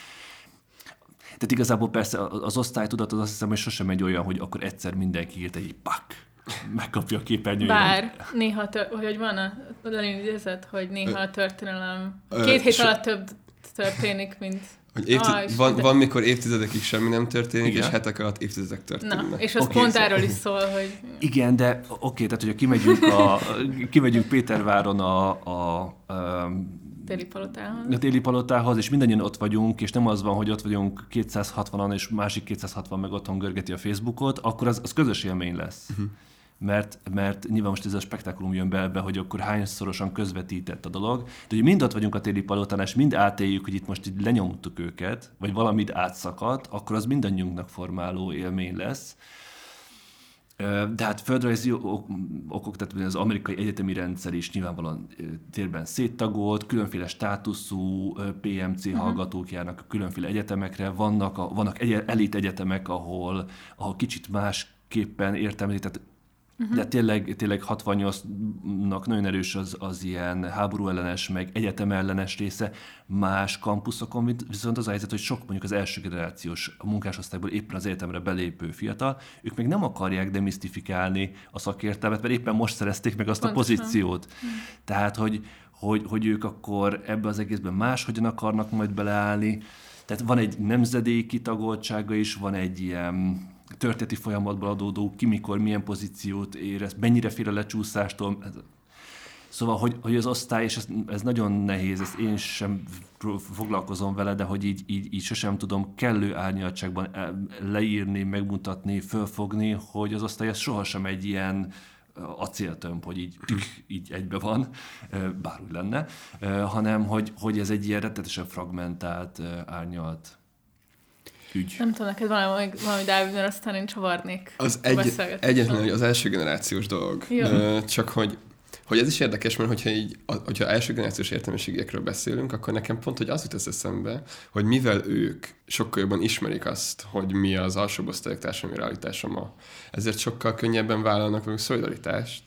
Speaker 1: tehát igazából persze az osztálytudat az azt hiszem, hogy sosem egy olyan, hogy akkor egyszer mindenki írt egy pak, megkapja a képernyőjét.
Speaker 6: Bár néha, tör- hogy van a idézet, hogy néha a történelem két hét alatt több történik, mint...
Speaker 7: Hogy évtid- ah, van, de... van, mikor évtizedekig semmi nem történik, igen. És hetek alatt évtizedek történnek.
Speaker 6: Na, és az okay, pont szóval... erről is szól, hogy...
Speaker 1: Igen, de oké, okay, tehát hogyha kimegyünk, a, kimegyünk Péterváron a... a, a
Speaker 6: Téli palotához.
Speaker 1: A téli palotához, és mindannyian ott vagyunk, és nem az van, hogy ott vagyunk kétszázhatvanan, és másik kétszázhatvan meg otthon görgeti a Facebookot, akkor az, az közös élmény lesz. Uh-huh. Mert, mert nyilván most ez a spektákulum jön be ebbe, hogy akkor hányszorosan közvetített a dolog. De ugye mind ott vagyunk a téli palotán, és mind átéljük, hogy itt most így lenyomtuk őket, vagy valamit átszakadt, akkor az mindannyiunknak formáló élmény lesz. De hát földrajzi okok, tehát az amerikai egyetemi rendszer is nyilvánvalóan térben széttagolt, különféle státuszú pé em cé uh-huh. hallgatók járnak különféle egyetemekre, vannak, a, vannak egy, elit egyetemek, ahol, ahol kicsit másképpen értelmezik, tehát Uh-huh. de tényleg, tényleg hatvannyolcnak nagyon erős az, az ilyen háború ellenes, meg egyetem ellenes része más kampuszokon, viszont az a helyzet, hogy sok mondjuk az első generációs a munkásosztályból éppen az egyetemre belépő fiatal, ők még nem akarják demisztifikálni a szakértelmet, mert éppen most szerezték meg azt Pontosan. a pozíciót. Uh-huh. Tehát, hogy, hogy, hogy ők akkor ebbe az egészben máshogyan akarnak majd beleállni. Tehát van egy nemzedéki tagoltsága is, van egy ilyen történeti folyamatból adódó, ki mikor, milyen pozíciót érez, mennyire fél a lecsúszástól. Szóval, hogy, hogy az osztály, és ez, ez nagyon nehéz, ezt én sem foglalkozom vele, de hogy így, így, így sosem tudom kellő árnyaltságban leírni, megmutatni, fölfogni, hogy az osztály az sohasem egy ilyen acéltömb, hogy így, így egybe van, bár úgy lenne, hanem hogy, hogy ez egy ilyen rettetesen fragmentált, árnyalt ügy.
Speaker 6: Nem tudom, neked valami, valami Dávid, mert aztán én csavarnék.
Speaker 7: Az egy, egyetlen, az első generációs dolog. Jó. Csak hogy, hogy ez is érdekes, mert hogyha, így, hogyha első generációs értelmiségiekről beszélünk, akkor nekem pont, hogy az jut ez eszembe, hogy mivel ők sokkal jobban ismerik azt, hogy mi az alsóbb osztályok társadalmi realitása ma, ezért sokkal könnyebben vállalnak velük szolidaritást.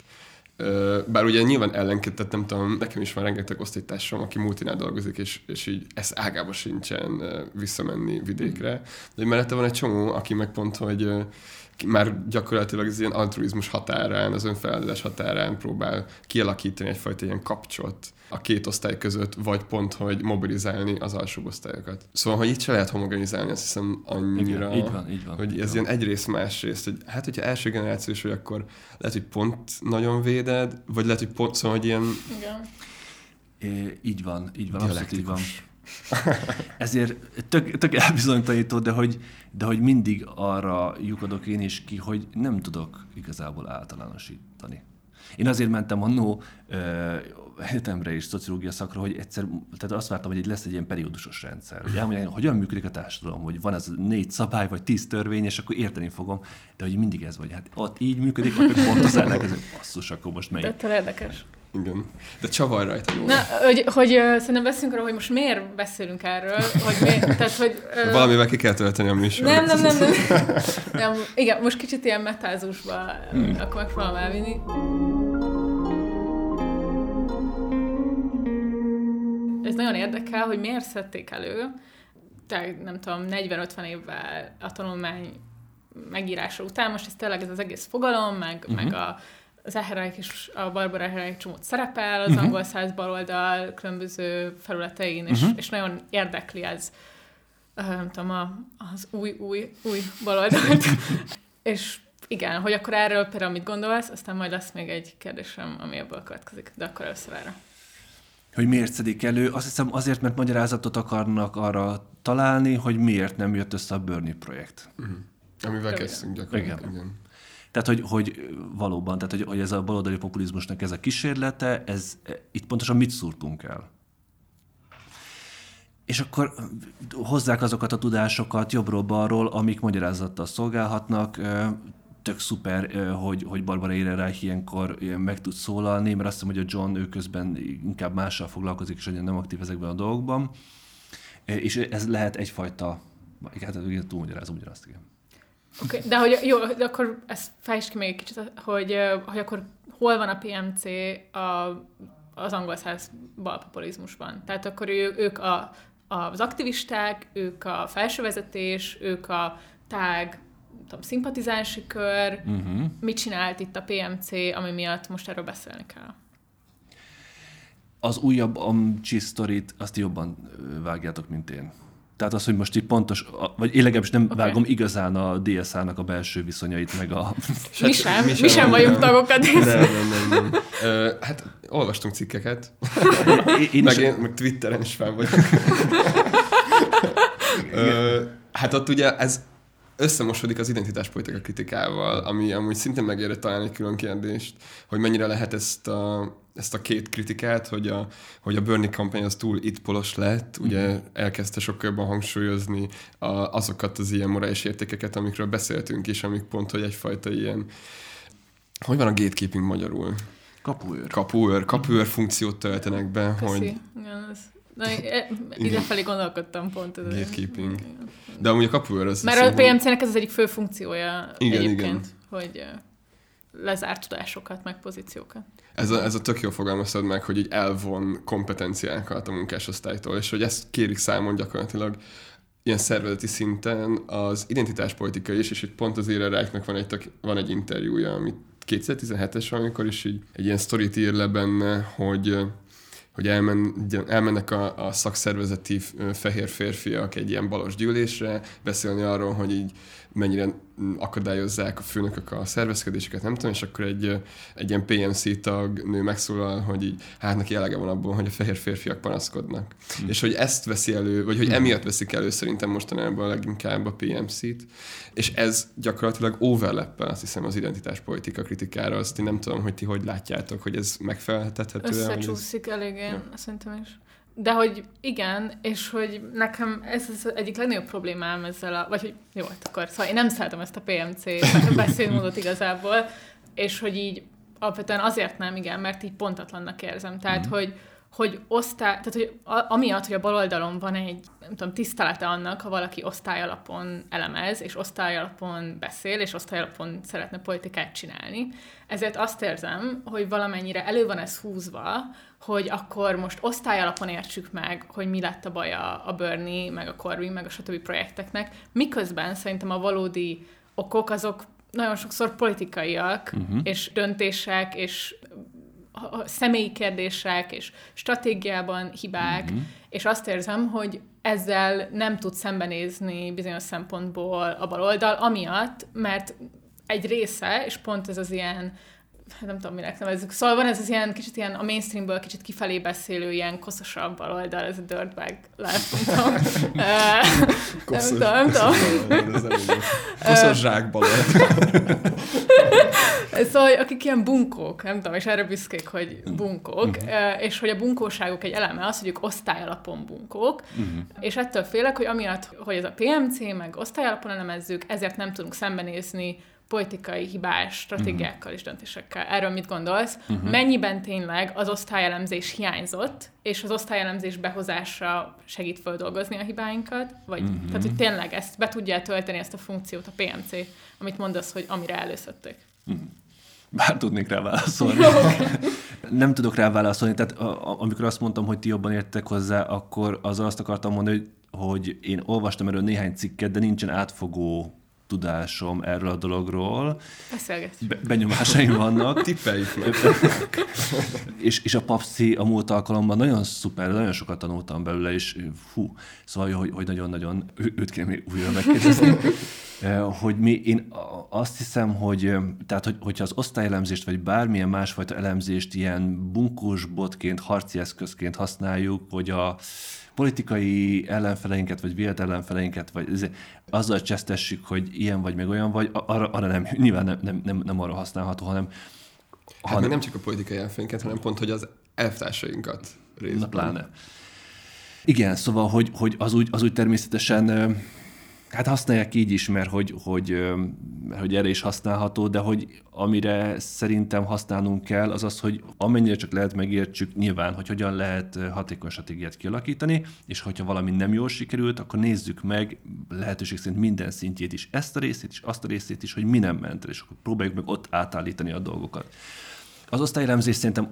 Speaker 7: Bár ugye nyilván ellenként, tehát nem tudom, nekem is van rengeteg osztálytársam, aki multinál dolgozik, és, és így ez ágába sincsen visszamenni vidékre. De mellette van egy csomó, aki meg pont, hogy már gyakorlatilag az ilyen altruizmus határán, az önfeláldozás határán próbál kialakítani egyfajta ilyen kapcsolat a két osztály között, vagy pont, hogy mobilizálni az alsóbb osztályokat. Szóval, hogy itt se lehet homogenizálni, azt hiszem annyira,
Speaker 1: igen, így van, így van,
Speaker 7: hogy
Speaker 1: így
Speaker 7: ez
Speaker 1: van.
Speaker 7: Ilyen egyrészt másrészt, hogy hát, hogyha első generációs vagy, akkor lehet, hogy pont nagyon véded, vagy lehet, hogy pont, szóval, hogy ilyen...
Speaker 6: Igen.
Speaker 1: É, így van, így van, abszolút így van. Ezért tök, tök elbizonytalanító, de hogy, de hogy mindig arra lyukadok én is ki, hogy nem tudok igazából általánosítani. Én azért mentem annó egyetemre és szociológia szakra, hogy egyszer, tehát azt vártam, hogy egy lesz egy ilyen periódusos rendszer. Hogy elmondják, hogyan működik a társadalom, hogy van ez négy szabály, vagy tíz törvény, és akkor érteni fogom. De hogy mindig ez vagy. Hát ott így működik, akkor pont az ellenkező. Basszus, akkor most melyik?
Speaker 6: Ettől érdekes.
Speaker 7: Igen. De csavar rajta jó.
Speaker 6: Na, hogy, hogy uh, szerintem beszélünk arról, hogy most miért beszélünk erről, hogy miért, tehát, hogy... Uh,
Speaker 7: Valamivel ki kell tölteni a műsort.
Speaker 6: Nem, nem, nem, nem. nem. Igen, most kicsit ilyen metázusba hmm. akkor megpróbálom elvinni. Ez nagyon érdekel, hogy miért szedték elő, tehát nem tudom, negyven-ötven évvel a tanulmány megírása után, most ez tényleg ez az egész fogalom, meg, uh-huh. meg a az Ehereik és a Barbara Ehereik csomót szerepel az uh-huh. angol száz baloldal különböző felületein, és, uh-huh. és nagyon érdekli ez, uh, nem tudom, a, az új, új, új baloldalt. És igen, hogy akkor erről például mit gondolsz, aztán majd lesz még egy kérdésem, ami ebből következik, de akkor először erre.
Speaker 1: Hogy miért szedik elő? Azt hiszem azért, mert magyarázatot akarnak arra találni, hogy miért nem jött össze a Bernie projekt.
Speaker 7: Uh-huh. Amivel kezdtünk gyakorlatilag. Igen. Igen.
Speaker 1: Tehát, hogy, hogy valóban, tehát, hogy, hogy ez a baloldali populizmusnak ez a kísérlete, ez, itt pontosan mit szúrtunk el? És akkor hozzák azokat a tudásokat jobbról-balról, amik magyarázattal szolgálhatnak. Tök szuper, hogy, hogy Barbara Ehrenreich ilyenkor meg tud szólalni, mert azt hiszem, hogy a John ő közben inkább mással foglalkozik, és nem aktív ezekben a dolgokban. És ez lehet egyfajta, hát túlmagyarázom ugyanazt, igen.
Speaker 6: Okay, de hogy jó, de akkor ezt fejtsd ki még egy kicsit, hogy, hogy akkor hol van a pé em cé a, az angol száz balpopulizmusban? Tehát akkor ő, ők a, az aktivisták, ők a felsővezetés, ők a tág, tudom, szimpatizánsi kör. Uh-huh. Mit csinált itt a pé em cé, ami miatt most erről beszélni kell?
Speaker 1: Az újabb Amcsi sztorit, azt jobban vágjátok, mint én. Tehát az, hogy most így pontos, vagy én legalábbis nem okay. vágom igazán a dé es á-nak a belső viszonyait, meg a...
Speaker 6: Mi sem, mi sem vagyunk tagok a dé es á.
Speaker 7: Nem, nem, nem. nem. Uh, hát olvastunk cikkeket, én, én meg, én, meg Twitteren is fel vagyok. uh, hát ott ugye ez összemosodik az identitáspolitika kritikával, ami amúgy szintén megérett találni egy külön kérdést, hogy mennyire lehet ezt a, ezt a két kritikát, hogy a, hogy a Bernie kampány az túl itpolos lett, mm. ugye elkezdte sokkal jobban hangsúlyozni a, azokat az ilyen morális értékeket, amikről beszéltünk is, amik pont, hogy egyfajta ilyen, hogy van a gatekeeping magyarul?
Speaker 1: Kapuőr.
Speaker 7: Kapuőr, kapuőr funkciót töltenek be,
Speaker 6: Köszi.
Speaker 7: hogy...
Speaker 6: Igen, az... Na, idefelé gondolkodtam pont. Ez
Speaker 7: gatekeeping. De amúgy a kapuőr az...
Speaker 6: Mert a pé em cé-nek ez az egyik fő funkciója
Speaker 7: igen,
Speaker 6: egyébként,
Speaker 7: igen.
Speaker 6: hogy lezárt tudásokat, meg pozíciókat.
Speaker 7: Ez a, ez a tök jól fogalmaztad meg, hogy így elvon kompetenciákat a munkásosztálytól, és hogy ezt kérik számon gyakorlatilag ilyen szervezeti szinten az identitáspolitika is, és hogy pont az Ehrenreichnak van egy, tök, van egy interjúja, amit kétezer-tizenhetes, amikor is így egy ilyen sztorit ír le benne, hogy hogy elmen, elmennek a, a szakszervezeti fehér férfiak egy ilyen balos gyűlésre, beszélni arról, hogy így mennyire akadályozzák a főnökök a szervezkedéseket, nem tudom, és akkor egy, egy ilyen pé em cé tag nő megszólal, hogy így, hát neki elege van abból, hogy a fehér férfiak panaszkodnak. Mm. És hogy ezt veszi elő, vagy hogy emiatt veszik elő szerintem mostanában leginkább a pé em cét, és ez gyakorlatilag overlappel, azt hiszem, az identitáspolitika kritikára, azt én nem tudom, hogy ti hogy látjátok, hogy ez megfeleltethető.
Speaker 6: Összecsúszik ez... eléggé, ja. Szerintem is. De hogy igen, és hogy nekem ez az egyik legnagyobb problémám ezzel a... Vagy hogy jó, akkor szóval én nem szeretem ezt a pé em cé beszédmódot igazából, és hogy így alapvetően azért nem, igen, mert így pontatlannak érzem. Tehát, mm. hogy, hogy osztály... Tehát, hogy amiatt, hogy a baloldalon van egy, nem tudom, tisztelete annak, ha valaki osztályalapon elemez, és osztályalapon beszél, és osztályalapon szeretne politikát csinálni, ezért azt érzem, hogy valamennyire elő van ez húzva, hogy akkor most osztályalapon értsük meg, hogy mi lett a baja a Bernie, meg a Corbyn, meg a stb. Projekteknek, miközben szerintem a valódi okok azok nagyon sokszor politikaiak, uh-huh. és döntések, és személyi kérdések, és stratégiában hibák, uh-huh. és azt érzem, hogy ezzel nem tud szembenézni bizonyos szempontból a baloldal, amiatt, mert egy része, és pont ez az ilyen hát nem tudom, minek nevezzük. Szóval van ez az ilyen kicsit ilyen a mainstreamből kicsit kifelé beszélő, ilyen koszosabb baloldal, ez a dirtbag life, nem tudom.
Speaker 7: Koszos,
Speaker 6: nem tudom.
Speaker 7: Koszos zsák baloldal.
Speaker 6: Szóval akik ilyen bunkók, nem tudom, és erre büszkék, hogy bunkók, uh-huh. és hogy a bunkóságuk egy eleme az, hogy ők osztályalapon bunkók, uh-huh. és ettől félek, hogy amiatt, hogy ez a pé em cé, meg osztályalapon elemezzük, ezért nem tudunk szembenézni politikai hibás stratégiákkal uh-huh. és döntésekkel. Erről mit gondolsz? Uh-huh. Mennyiben tényleg az osztályelemzés hiányzott, és az osztályelemzés behozása segít földolgozni a hibáinkat? Vagy, uh-huh. tehát, hogy tényleg ezt be tudja tölteni ezt a funkciót a pé em cé, amit mondasz, hogy amire előszedték?
Speaker 1: Uh-huh. Bár tudnék rá válaszolni. Nem tudok rá válaszolni. Tehát a, amikor azt mondtam, hogy ti jobban értek hozzá, akkor azzal azt akartam mondani, hogy, hogy én olvastam erről néhány cikket, de nincsen átfogó tudásom erről a dologról. Be- benyomásaim vannak.
Speaker 7: Tippeljük meg.
Speaker 1: és, és a papszi a múlt alkalommal nagyon szuper, nagyon sokat tanultam belőle, és fú, szóval, hogy, hogy nagyon-nagyon őt kéne még újra megkérdezni. hogy mi, én azt hiszem, hogy tehát, hogy, hogyha az osztályelemzést, vagy bármilyen másfajta elemzést ilyen bunkós botként, harci eszközként használjuk, hogy a politikai ellenfeleinket, vagy vélt ellenfeleinket, vagy azzal csesztessük, hogy ilyen vagy, meg olyan vagy, arra, arra nem, nyilván nem, nem, nem, nem arra használható, hanem...
Speaker 7: Hát hanem, nem csak a politikai ellenfeleinket, hanem pont, hogy az elvtársainkat részben.
Speaker 1: Na pláne. Igen, szóval, hogy, hogy az, úgy, az úgy természetesen... Hát használják így is, mert hogy, hogy, hogy erre is használható, de hogy amire szerintem használnunk kell, az az, hogy amennyire csak lehet megértsük nyilván, hogy hogyan lehet hatékony stratégiát kialakítani, és hogyha valami nem jól sikerült, akkor nézzük meg lehetőség szerint minden szintjét is, ezt a részét is, azt a részét is, hogy mi nem ment el, és akkor próbáljuk meg ott átállítani a dolgokat. Az osztályelemzés szerintem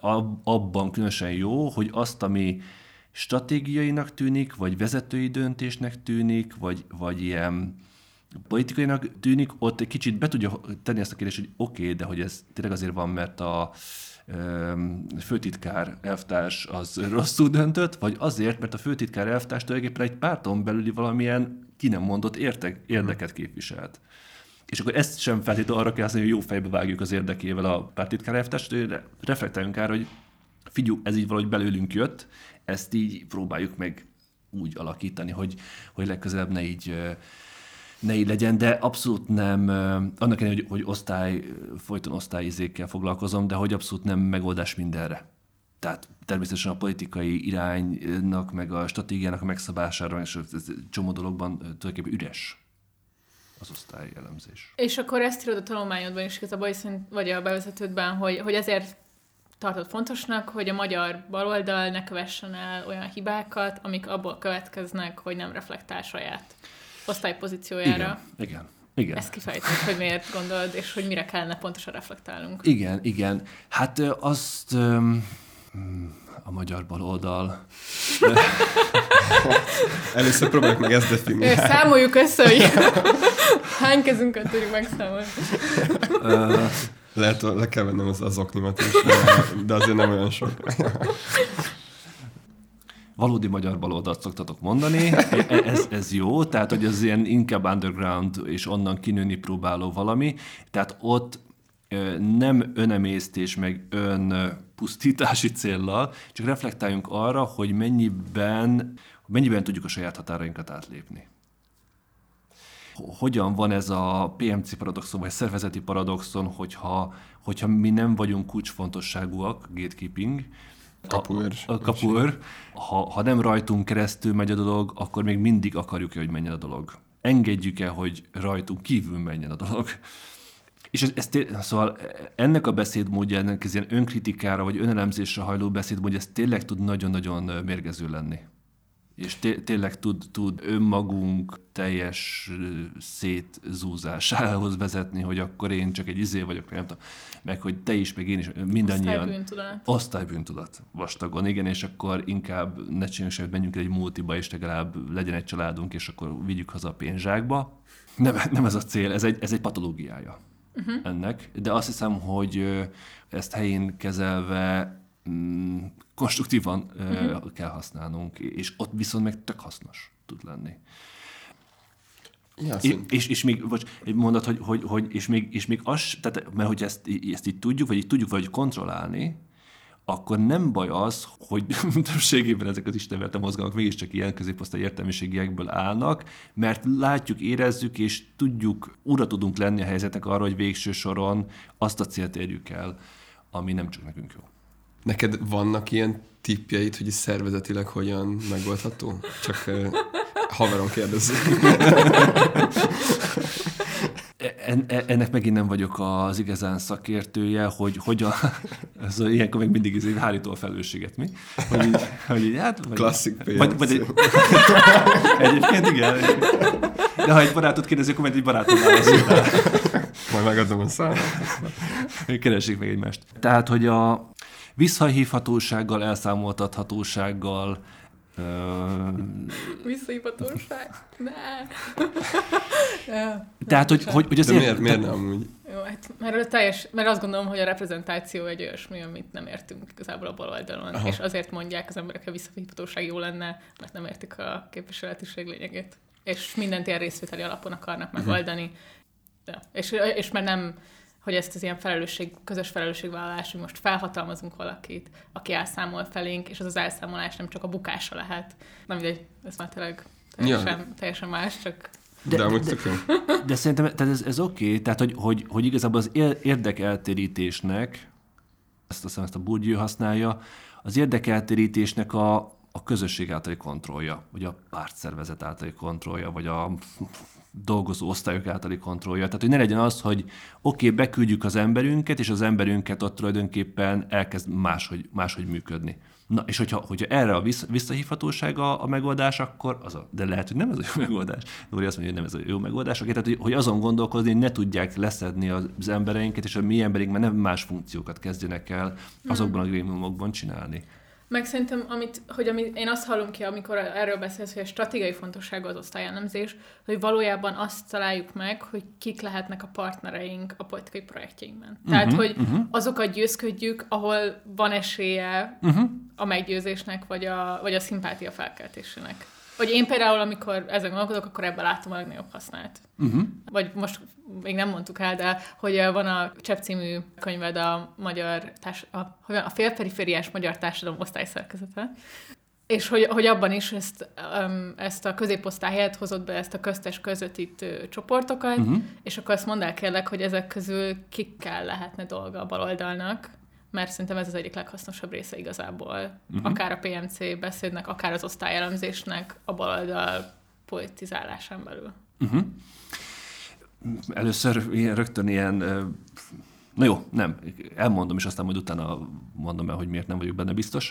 Speaker 1: abban különösen jó, hogy azt, ami stratégiainak tűnik, vagy vezetői döntésnek tűnik, vagy, vagy ilyen politikainak tűnik, ott egy kicsit be tudja tenni ezt a kérdést, hogy oké, okay, de hogy ez tényleg azért van, mert a ö, főtitkár elvtárs az rosszul döntött, vagy azért, mert a főtitkár elvtárs tulajdonképpen egy párton belüli valamilyen ki nem mondott értek, érdeket képviselt. És akkor ezt sem feltétlenül arra kell használni, hogy jó fejbe vágjuk az érdekével a pártitkár elvtárst, reflektáljunk arra, hogy figyelj, ez így valahogy belőlünk jött, ezt így próbáljuk meg úgy alakítani, hogy, hogy legközelebb ne így, ne így legyen, de abszolút nem, annak ellenére, hogy, hogy osztály, folyton osztályizékkel foglalkozom, de hogy abszolút nem megoldás mindenre. Tehát természetesen a politikai iránynak, meg a stratégiának a megszabására, és ez csomó dologban tulajdonképpen üres az osztályelemzés.
Speaker 6: És akkor ezt írod a tanulmányodban is, igazából, vagy a bevezetődben, hogy, hogy ezért tartod fontosnak, hogy a magyar baloldal ne kövessen el olyan hibákat, amik abból következnek, hogy nem reflektál saját osztálypozíciójára.
Speaker 1: Igen, igen, igen.
Speaker 6: Ezt kifejtett, hogy miért gondolod, és hogy mire kellene pontosan reflektálnunk.
Speaker 1: Igen, igen. Hát azt a magyar baloldal...
Speaker 7: Először próbáljuk meg ezt definiálni.
Speaker 6: Számoljuk össze, hogy hány kezünket tudjuk megszámolni.
Speaker 7: Lehet, le kell vennem az, az oknimat is, de azért nem olyan sok.
Speaker 1: Valódi magyar baloldalt szoktatok mondani, ez, ez jó, tehát hogy az ilyen inkább underground és onnan kinőni próbáló valami, tehát ott nem önemésztés meg önpusztítási céllal, csak reflektáljunk arra, hogy mennyiben, mennyiben tudjuk a saját határainkat átlépni. Hogyan van ez a pé em cé paradoxon, vagy szervezeti paradoxon, hogyha, hogyha mi nem vagyunk kulcsfontosságúak, gatekeeping,
Speaker 7: kapuőr,
Speaker 1: a, a kapuőr, ha, ha nem rajtunk keresztül megy a dolog, akkor még mindig akarjuk-e, hogy menjen a dolog. Engedjük-e, hogy rajtunk kívül menjen a dolog. És ez, ez té- szóval ennek a beszédmódja, ennek ez ilyen önkritikára, vagy önelemzésre hajló beszédmódja, ez tényleg tud nagyon-nagyon mérgező lenni. És té- tényleg tud, tud önmagunk teljes szétzúzásához vezetni, hogy akkor én csak egy izé vagyok, nem tudom, meg hogy te is, meg én is, mindannyian.
Speaker 6: Osztálybűntudat.
Speaker 1: Osztálybűntudat vastagon, igen, és akkor inkább ne csináljunk se, hogy menjünk egy multiba, és legalább legyen egy családunk, és akkor vigyük haza a pénzsákba. Nem, nem ez a cél, ez egy, ez egy patológiája uh-huh. ennek, de azt hiszem, hogy ezt helyén kezelve mm, konstruktívan uh-huh. kell használnunk, és ott viszont meg tök hasznos tud lenni.
Speaker 7: Ja,
Speaker 1: és, és, és még, vagy egy mondat, hogy, hogy, hogy és még, és még az, tehát, mert hogy ezt, ezt így tudjuk, vagy így tudjuk valahogy kontrollálni, akkor nem baj az, hogy többségében ezek az istenverte mozgalmak mégiscsak ilyen középosztály értelmiségiekből állnak, mert látjuk, érezzük, és tudjuk, ura tudunk lenni a helyzetnek arra, hogy végső soron azt a célt érjük el, ami nem csak nekünk jó.
Speaker 7: Neked vannak ilyen tippjeid, hogy szervezetileg hogyan megoldható? Csak uh, haveron kérdezzük.
Speaker 1: Ennek megint nem vagyok az igazán szakértője, hogy hogyan, ez ilyenkor meg mindig ez hárító a felelősséget, mi? Hogy így, hogy így, hát, vagy,
Speaker 7: klasszik pé em cé.
Speaker 1: Vagy, vagy egy, egyébként igen. De ha egy barátot kérdezik, akkor majd egy barátot válaszol.
Speaker 7: Majd megadom a számot.
Speaker 1: Keressék meg egymást. Tehát, hogy a visszahívhatósággal, elszámoltathatósággal,
Speaker 6: Visszahívhatóság? Ne.
Speaker 1: Tehát, hogy, hogy, hogy
Speaker 7: azért... miért, miért nem amúgy?
Speaker 6: Jó, hát, mert, teljes, mert azt gondolom, hogy a reprezentáció egy olyasmi, amit nem értünk igazából a bal oldalon, Aha. és azért mondják az emberek, hogy a visszahívhatóság jó lenne, mert nem értik a képviseletiség lényegét. És mindent ilyen részvételi alapon akarnak megoldani. Uh-huh. Ja. És, és mert nem... hogy ezt az ilyen felelősség, közös felelősségvállalás, hogy most felhatalmazunk valakit, aki elszámol felénk, és az az elszámolás nem csak a bukása lehet. Nem mindegy, ez már tényleg teljesen, ja. teljesen más, csak...
Speaker 7: De, de, de,
Speaker 1: de, de szerintem tehát ez, ez oké, okay. Tehát hogy, hogy, hogy igazából az érdekeltérítésnek, ezt azt, ezt a Bourdieu használja, az érdekeltérítésnek a, a közösség általi kontrollja, vagy a pártszervezet általi kontrollja, vagy a dolgozó osztályok általi kontrollja. Tehát, hogy ne legyen az, hogy oké, okay, beküldjük az emberünket, és az emberünket ott tulajdonképpen elkezd máshogy, máshogy működni. Na, és hogyha, hogyha erre a visszahívhatóság a, a megoldás, akkor az a, de lehet, hogy nem ez a jó megoldás. Lóri azt mondja, hogy nem ez a jó megoldás. Okay, tehát, hogy, hogy azon gondolkozni, hogy ne tudják leszedni az embereinket, és a mi emberink már nem más funkciókat kezdjenek el azokban a grémiumokban csinálni.
Speaker 6: Meg szerintem, amit, hogy amit én azt hallom ki, amikor erről beszélsz, hogy a stratégiai fontosságú az osztályelemzés, hogy valójában azt találjuk meg, hogy kik lehetnek a partnereink a politikai projektjeinkben. Uh-huh, Tehát, hogy uh-huh. azokat győzködjük, ahol van esélye uh-huh. a meggyőzésnek, vagy a, vagy a szimpátia felkeltésének. Hogy én például, amikor ezen gondolkodok, akkor ebben látom a legnagyobb hasznát. Uh-huh. Vagy most még nem mondtuk el, de hogy van a Csepp című könyved a magyar társ, a, a félperifériás magyar társadalom osztályszerkezete, és hogy, hogy abban is ezt, um, ezt a középosztály helyett hozott be ezt a köztes közvetítő csoportokat, uh-huh. és akkor azt mondd el kérlek, hogy ezek közül kikkel lehetne dolga a baloldalnak, mert szerintem ez az egyik leghasznosabb része igazából. Uh-huh. Akár a pé em cé beszédnek, akár az osztályelemzésnek a baloldal politizálásán belül.
Speaker 1: Uh-huh. Először ilyen, rögtön ilyen, na jó, nem, elmondom, és aztán majd utána mondom el, hogy miért nem vagyok benne biztos.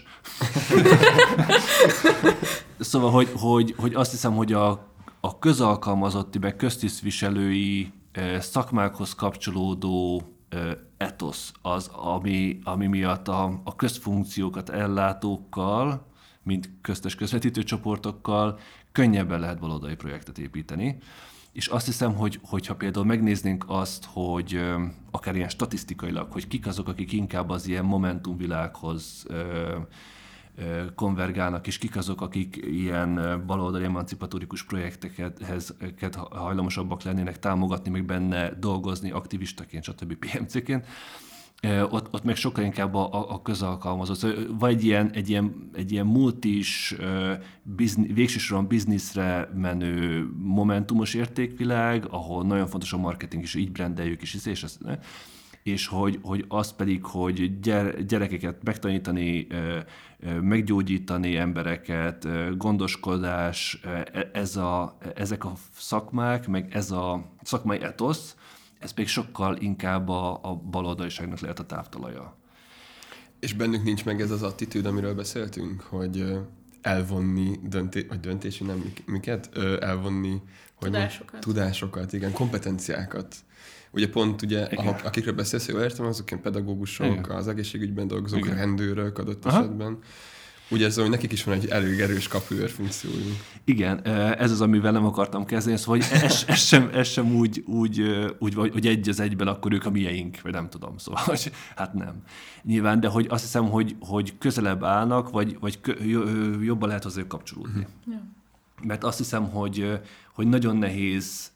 Speaker 1: Szóval, hogy, hogy, hogy azt hiszem, hogy a, a közalkalmazotti, meg köztisztviselői szakmákhoz kapcsolódó etosz az, ami, ami miatt a, a közfunkciókat ellátókkal, mint köztes közvetítő csoportokkal könnyebben lehet baloldali projektet építeni. És azt hiszem, hogy hogyha például megnéznénk azt, hogy akár ilyen statisztikailag, hogy kik azok, akik inkább az ilyen momentumvilághoz ö, ö, konvergálnak, és kik azok, akik ilyen baloldali emancipatórikus projekteket hajlamosabbak lennének támogatni, meg benne dolgozni aktivistaként, stb. pé em cé-ként, Ott, ott meg sokkal inkább a, a közalkalmazott. Szóval vagy egy ilyen, egy ilyen, egy ilyen multis, bizni, végső soron bizniszre menő momentumos értékvilág, ahol nagyon fontos a marketing, és így brandeljük, és, és, és, és hogy, hogy az pedig, hogy gyere, gyerekeket megtanítani, meggyógyítani embereket, gondoskodás, ez a, ezek a szakmák, meg ez a szakmai etosz, ez még sokkal inkább a, a baloldaliságnak lehet a táptalaja.
Speaker 7: És bennük nincs meg ez az attitűd, amiről beszéltünk, hogy elvonni dönté- vagy döntési, nem miket? Elvonni
Speaker 6: tudásokat.
Speaker 7: tudásokat, igen, kompetenciákat. Ugye pont, ugye, a, akikről beszélsz, jól értem, azok ilyen pedagógusok, igen. Az egészségügyben dolgozók, igen. Rendőrök adott Aha. esetben. Ugye ez, hogy nekik is van egy elég erős kapuőr funkciójuk.
Speaker 1: Igen, ez az, amivel nem akartam kezdeni, szóval hogy ez, ez, sem, ez sem úgy, úgy, úgy, hogy egy az egyben, akkor ők a mieink, vagy nem tudom, szóval, hogy hát nem. Nyilván, de hogy azt hiszem, hogy, hogy közelebb állnak, vagy, vagy jobban lehet hozzájuk kapcsolódni.
Speaker 6: Ja.
Speaker 1: mert azt hiszem, hogy, hogy nagyon nehéz,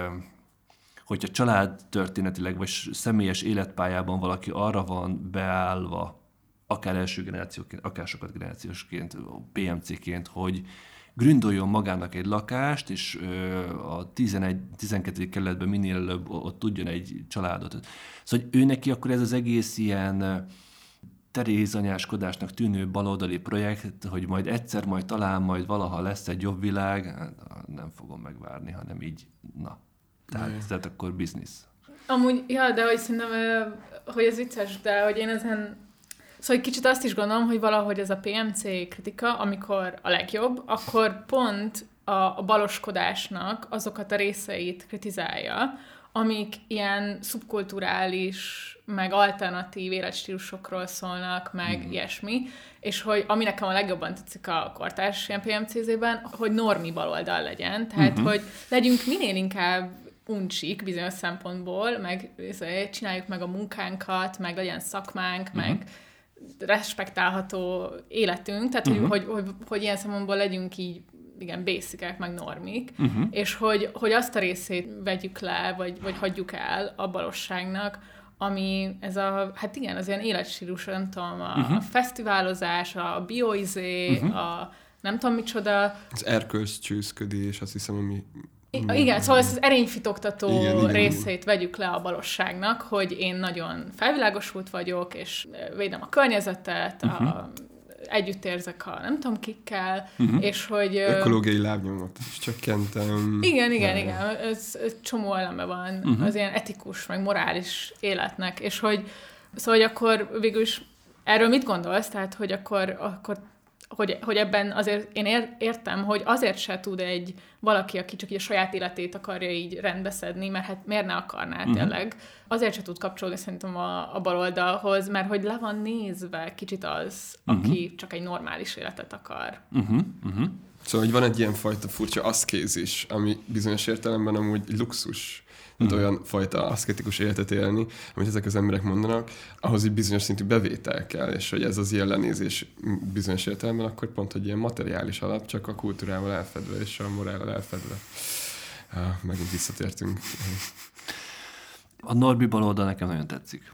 Speaker 1: hogyha családtörténetileg vagy személyes életpályában valaki arra van beállva, akár első generációként, akár sokat generációsként, pé em céként, hogy gründoljon magának egy lakást, és a tizenegy-tizenkettedik kerületben minél előbb ott tudjon egy családot. Szóval ő neki akkor ez az egész ilyen terézanyáskodásnak tűnő baloldali projekt, hogy majd egyszer, majd talán, majd valaha lesz egy jobb világ, hát nem fogom megvárni, hanem így, na. Tehát, tehát akkor biznisz.
Speaker 6: Amúgy, ja, de hogy szerintem, hogy ez vicces, de hogy én ezen... Szóval kicsit azt is gondolom, hogy valahogy ez a pé em cé kritika, amikor a legjobb, akkor pont a, a baloskodásnak azokat a részeit kritizálja, amik ilyen szubkulturális, meg alternatív életstílusokról szólnak, meg mm. ilyesmi, és hogy ami nekem a legjobban tetszik a kortárs ilyen pé em cé zében, hogy normi baloldal legyen, tehát mm-hmm. hogy legyünk minél inkább uncsik bizonyos szempontból, meg csináljuk meg a munkánkat, meg legyen szakmánk, mm-hmm. meg respektálható életünk, tehát uh-huh. hogy, hogy, hogy, hogy ilyen szempontból legyünk így, igen, basicek, meg normik, uh-huh. és hogy, hogy azt a részét vegyük le, vagy, vagy hagyjuk el a balosságnak, ami ez a, hát igen, az ilyen életstílus, nem tudom, a, uh-huh. a fesztiválozás, a bioizé, uh-huh. a nem tudom micsoda.
Speaker 7: Az erkölcscsőzködés, azt hiszem, ami...
Speaker 6: I- igen, szóval ezt az erényfitoktató igen, igen, részét igen. vegyük le a balosságnak, hogy én nagyon felvilágosult vagyok, és védem a környezetet, uh-huh. a, együtt érzek a nem tudom kikkel, uh-huh. és hogy...
Speaker 7: Ökológiai lábnyomot is csökkentem.
Speaker 6: Igen, igen, igen, ez, ez csomó eleme van uh-huh. az ilyen etikus, meg morális életnek, és hogy szóval, hogy akkor végül is erről mit gondolsz? Tehát, hogy akkor, akkor Hogy, hogy ebben azért én ér, értem, hogy azért se tud egy valaki, aki csak így a saját életét akarja így rendbeszedni, mert hát miért ne akarná uh-huh. tényleg, azért se tud kapcsolódni szerintem a, a baloldalhoz, mert hogy le van nézve kicsit az, uh-huh. aki csak egy normális életet akar.
Speaker 7: Uh-huh. Uh-huh. Szóval, hogy van egy ilyen fajta furcsa aszkézis, ami bizonyos értelemben amúgy luxus, mint olyan fajta aszketikus életet élni, amit ezek az emberek mondanak, ahhoz egy bizonyos szintű bevétel kell, és hogy ez az ilyen lenézés bizonyos értelemben akkor pont, hogy ilyen materiális alap, csak a kultúrával elfedve, és a morállal elfedve. Ah, megint visszatértünk.
Speaker 1: A Norbi baloldal nekem nagyon tetszik.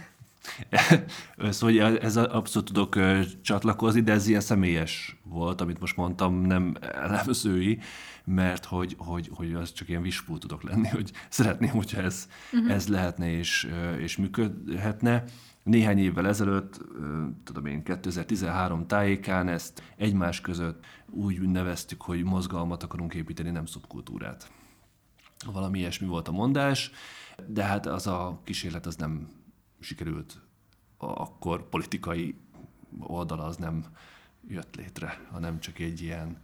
Speaker 1: Szóval ez abszolút tudok csatlakozni, de ez ilyen személyes volt, amit most mondtam, nem elemzői, mert hogy, hogy, hogy az csak ilyen vispú tudok lenni, hogy szeretném, hogyha ez, uh-huh. ez lehetne és, és működhetne. Néhány évvel ezelőtt, tudom én, kétezer-tizenhárom tájékán ezt egymás között úgy neveztük, hogy mozgalmat akarunk építeni, nem szubkultúrát. Valami ilyesmi volt a mondás, de hát az a kísérlet az nem sikerült. Akkor politikai oldala az nem jött létre, hanem csak egy ilyen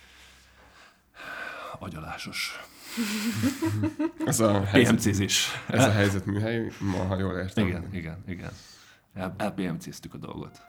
Speaker 1: agyalásos
Speaker 7: ez a
Speaker 1: pé em cé-zés.
Speaker 7: Ez a helyzet műhely, ma, ha jól értem.
Speaker 1: Igen, igen, igen. El, el pé em cé-ztük a dolgot.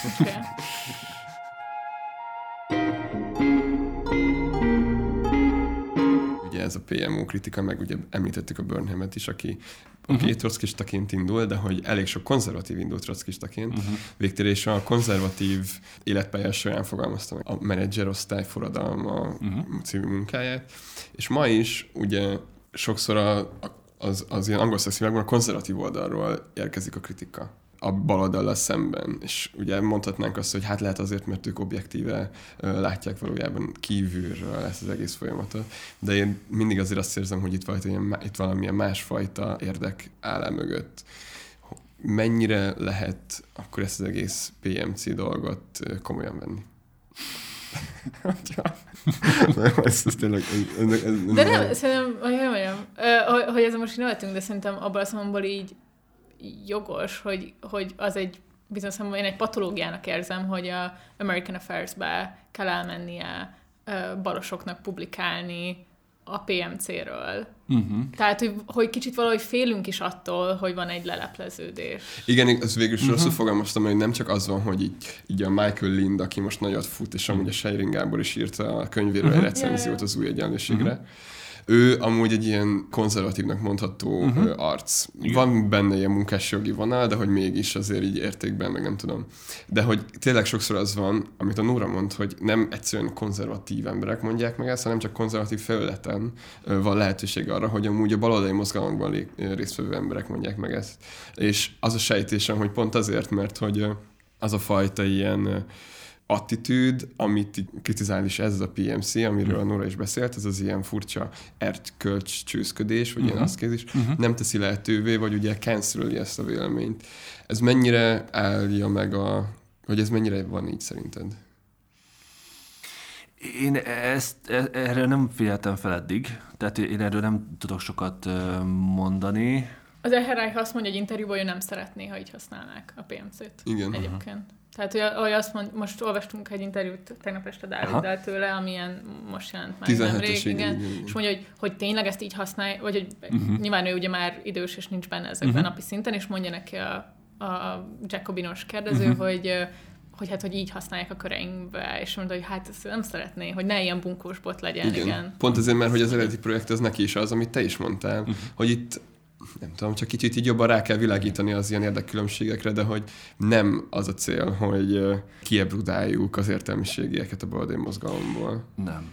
Speaker 7: Ugye ez a pé em o kritika, meg ugye említettük a Burnhamet is, aki aki uh-huh. trockistaként indul, de hogy elég sok konzervatív indult trockistaként. Uh-huh. Végtérésre a konzervatív életpályás során fogalmazta meg a menedzserosztály forradalma uh-huh. című munkáját. És ma is ugye sokszor a, az, az ilyen angol-szász világban a konzervatív oldalról érkezik a kritika a baloldallal szemben. És ugye mondhatnánk azt, hogy hát lehet azért, mert ők objektíve uh, látják valójában kívülről ezt az egész folyamatot. De én mindig azért azt érzem, hogy itt, ilyen, itt valamilyen másfajta érdek áll el mögött. Mennyire lehet akkor ezt az egész pé em cé dolgot uh, komolyan venni? ez, ez tényleg, ez, ez, ez,
Speaker 6: de nem, szerintem, hogy mondjam, uh, hogy ezzel most nevetünk, de szerintem abban a szempontból így jogos, hogy, hogy az egy bizonyos szempontból én egy patológiának érzem, hogy a American Affairs-be kell elmennie uh, balosoknak publikálni a pé em cé-ről. Uh-huh. Tehát, hogy, hogy kicsit valahogy félünk is attól, hogy van egy lelepleződés.
Speaker 7: Igen, ez végül is uh-huh. rosszul fogalmaztam, hogy nem csak az van, hogy így, így a Michael Lind, aki most nagyot fut, és amúgy a Seiring Gábor is írta a könyvéről uh-huh. egy recenziót az új egyenlőségre, ő amúgy egy ilyen konzervatívnak mondható uh-huh. arc. Igen. Van benne ilyen munkásjogi vonal, de hogy mégis azért így értékben, meg nem tudom. De hogy tényleg sokszor az van, amit a Nóra mond, hogy nem egyszerűen konzervatív emberek mondják meg ezt, hanem csak konzervatív felületen van lehetőség arra, hogy amúgy a baloldali mozgalmakban résztvevő emberek mondják meg ezt. És az a sejtésem, hogy pont azért, mert hogy az a fajta ilyen attitűd, amit kritizál is ez a pé em cé, amiről a Nóra is beszélt, ez az ilyen furcsa erkölcs csőszködés, vagy uh-huh. ilyen aszkézis, uh-huh. nem teszi lehetővé, vagy ugye cancel-öli ezt a véleményt. Ez mennyire állja meg a... Hogy ez mennyire van így szerinted?
Speaker 1: Én ezt, erről nem figyeltem fel eddig, tehát én erről nem tudok sokat mondani.
Speaker 6: Az Eherály azt mondja egy interjúban, hogy ő nem szeretné, ha így használnák a pé em cét. Igen. Egyébként. Uh-huh. Tehát, hogy azt mond, most olvastunk egy interjút tegnap este Dáviddal tőle, amilyen most jelent már nemrég, igen, és mondja, hogy, hogy tényleg ezt így használja, vagy hogy uh-huh. nyilván ő ugye már idős, és nincs benne ezekben uh-huh. napi szinten, és mondja neki a, a Jacobinos kérdező, uh-huh. hogy, hogy hát, hogy így használják a köreinkbe, és mondja, hogy hát ezt nem szeretné, hogy ne ilyen bunkós bot legyen. Igen. igen.
Speaker 7: Pont azért, mert hogy az eredeti projekt az neki is az, amit te is mondtál, uh-huh. hogy itt nem tudom, csak kicsit így jobban rá kell világítani az ilyen érdekkülönbségekre, de hogy nem az a cél, hogy kiebrudáljuk az értelmiségieket a baloldali mozgalomból.
Speaker 1: Nem.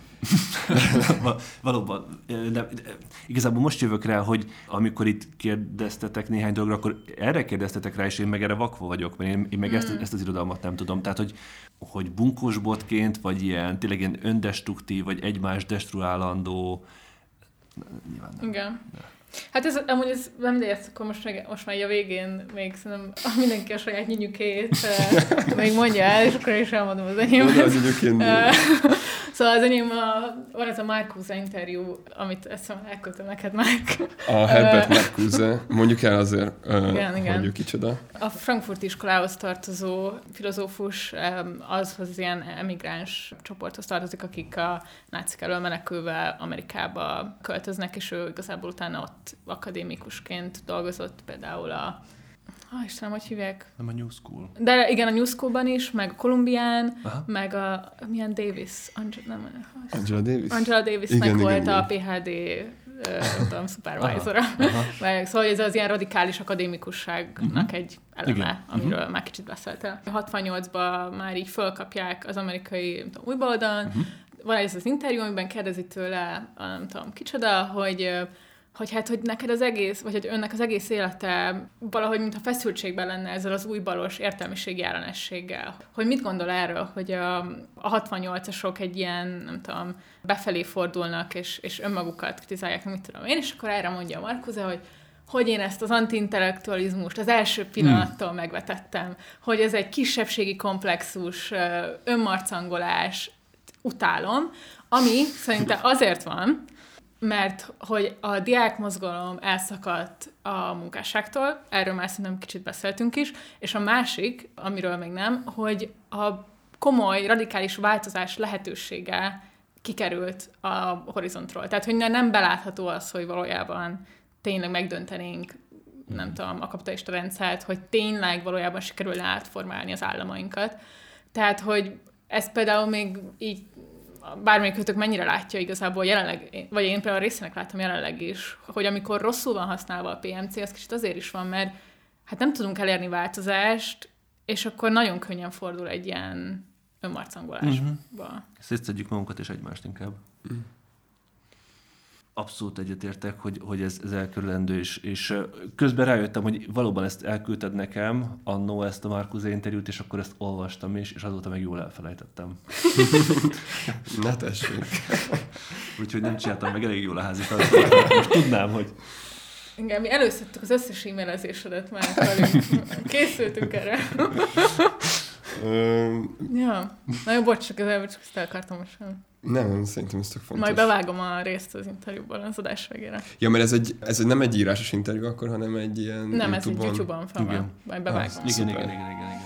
Speaker 1: Valóban. Nem. Igazából most jövök rá, hogy amikor itt kérdeztetek néhány dologra, akkor erre kérdeztetek rá, és én meg erre vakva vagyok, mert én, én meg mm. ezt, ezt az irodalmat nem tudom. Tehát, hogy, hogy bunkósbotként, vagy ilyen tényleg ilyen öndestruktív, vagy egymás destruálandó... Nyilván nem.
Speaker 6: Igen. Nem. Hát ez, amúgy ez nem mindegy, akkor most, meg, most már a végén még szerintem mindenki a saját nyunyukét még mondja el, és akkor is elmondom az enyémet.
Speaker 7: Az enyémként.
Speaker 6: Szóval az enyém, a, van ez a Marcuse interjú, amit ezt elküldtem neked, Márk.
Speaker 7: A Herbert Marcuse, mondjuk el azért, igen, uh, igen. hogy ő kicsoda.
Speaker 6: A frankfurti iskolához tartozó filozófus, az az ilyen emigráns csoporthoz tartozik, akik a nácik elől menekülve Amerikába költöznek, és ő igazából utána ott akadémikusként dolgozott például a Ah, Istenem, hogy hívják?
Speaker 1: Nem a New School.
Speaker 6: De igen, a New School-ban is, meg a Columbián, Aha. meg a milyen Davis, Angela, nem,
Speaker 7: Angela Davis.
Speaker 6: Angela Davis igen, meg igen, volt igen. a pé há dé nem tudom, supervisora. Szóval ez az ilyen radikális akadémikusságnak uh-huh. egy eleme, igen. amiről uh-huh. már kicsit beszéltél. hatvannyolcban már így fölkapják az amerikai nem tudom, újbaloldalon. Uh-huh. Van ez az interjú, amiben kérdezi tőle, nem tudom, kicsoda, hogy hogy hát, hogy neked az egész, vagy hogy önnek az egész élete valahogy, mintha feszültségben lenne ezzel az új balos értelmiségi ellenességgel. Hogy mit gondol erről, hogy a, a hatvannyolcasok egy ilyen, nem tudom, befelé fordulnak, és, és önmagukat kritizálják, mit tudom én, és akkor erre mondja a Marcuse, hogy hogy én ezt az antiintellektualizmust az első pillanattól hmm. megvetettem, hogy ez egy kisebbségi komplexus, önmarcangolás, utálom, ami szerintem azért van, mert hogy a diákmozgalom elszakadt a munkásságtól, erről már szerintem kicsit beszéltünk is, és a másik, amiről még nem, hogy a komoly, radikális változás lehetősége kikerült a horizontról. Tehát, hogy nem belátható az, hogy valójában tényleg megdöntenénk, nem tudom, a kapitalista rendszert, hogy tényleg valójában sikerülne átformálni az államainkat. Tehát, hogy ez például még így bármelyikőtök mennyire látja igazából jelenleg, vagy én például részének látom jelenleg is, hogy amikor rosszul van használva a pé em cé, az kicsit azért is van, mert hát nem tudunk elérni változást, és akkor nagyon könnyen fordul egy ilyen önmarcangolásba. Uh-huh.
Speaker 1: Szétszedjük magunkat és egymást inkább. Uh-huh. Abszolút egyetértek, hogy, hogy ez, ez elkerülendő, és, és közben rájöttem, hogy valóban ezt elküldted nekem, annó ezt a Marcuse interjút, és akkor ezt olvastam is, és azóta meg jól elfelejtettem.
Speaker 7: Ne tessék.
Speaker 1: Úgyhogy nem csináltam meg elég jól a házi feladatot. Most tudnám, hogy...
Speaker 6: Igen, mi előszedtük az összes e-mailezésedet már velünk. Készültünk erre. Ja, nagyon bocs, csak ezzel csak ezt el akartam most sem.
Speaker 7: Nem, nem, szerintem ez tök fontos.
Speaker 6: Majd bevágom a részt az interjúban az adás végére.
Speaker 7: Ja, mert ez, egy, ez nem egy írásos interjú akkor, hanem egy ilyen
Speaker 6: Nem, YouTube-on. Ez egy YouTube-on fel van. Majd bevágom.
Speaker 1: Ah, igen, igen, igen, igen, igen.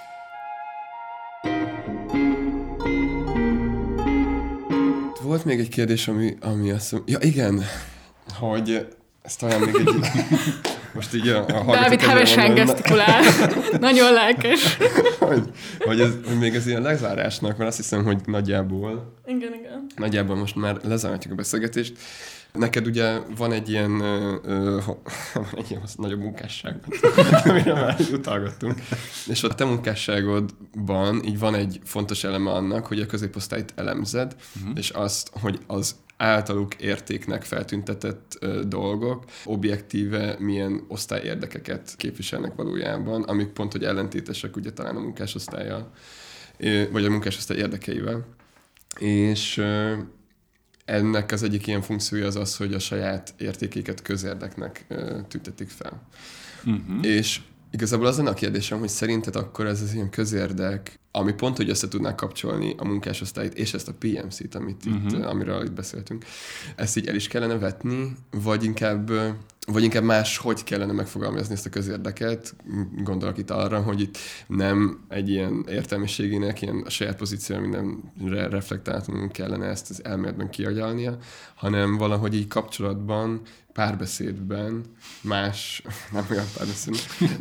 Speaker 7: Volt még egy kérdés, ami, ami azt mondja... Ja, igen, hogy ez talán még egy... Most így a, a
Speaker 6: Dávid hevesen gesztikulál. Nagyon lelkes.
Speaker 7: hogy, hogy, ez, hogy még ez ilyen lezárásnak, mert azt hiszem, hogy nagyjából...
Speaker 6: Igen, igen.
Speaker 7: Nagyjából most már lezárhatjuk a beszélgetést. Neked ugye van egy ilyen, ö, ö, van egy ilyen nagyobb munkásság, amire már utalgattunk. És a te munkásságodban így van egy fontos eleme annak, hogy a középosztályt elemzed, uh-huh. és azt, hogy az általuk értéknek feltüntetett ö, dolgok objektíve milyen osztályérdekeket képviselnek valójában, amik pont, hogy ellentétesek ugye talán a munkásosztállyal, vagy a munkásosztály érdekeivel. És ö, ennek az egyik ilyen funkciója az az, hogy a saját értékéket közérdeknek ö, tüntetik fel. Uh-huh. És igazából az lenne a kérdésem, hogy szerinted akkor ez az ilyen közérdek, ami pont, hogy össze tudnák kapcsolni a munkásosztályt és ezt a pé em cét, amit uh-huh. itt, amiről itt beszéltünk, ezt így el is kellene vetni, vagy inkább, vagy inkább más, hogy kellene megfogalmazni ezt a közérdeket? Gondolok itt arra, hogy itt nem egy ilyen értelmiségének, ilyen a saját pozícióra mindenre reflektáltunk kellene ezt az elméletben kiagyalnia, hanem valahogy így kapcsolatban, párbeszédben, más, nem olyan párbeszéd,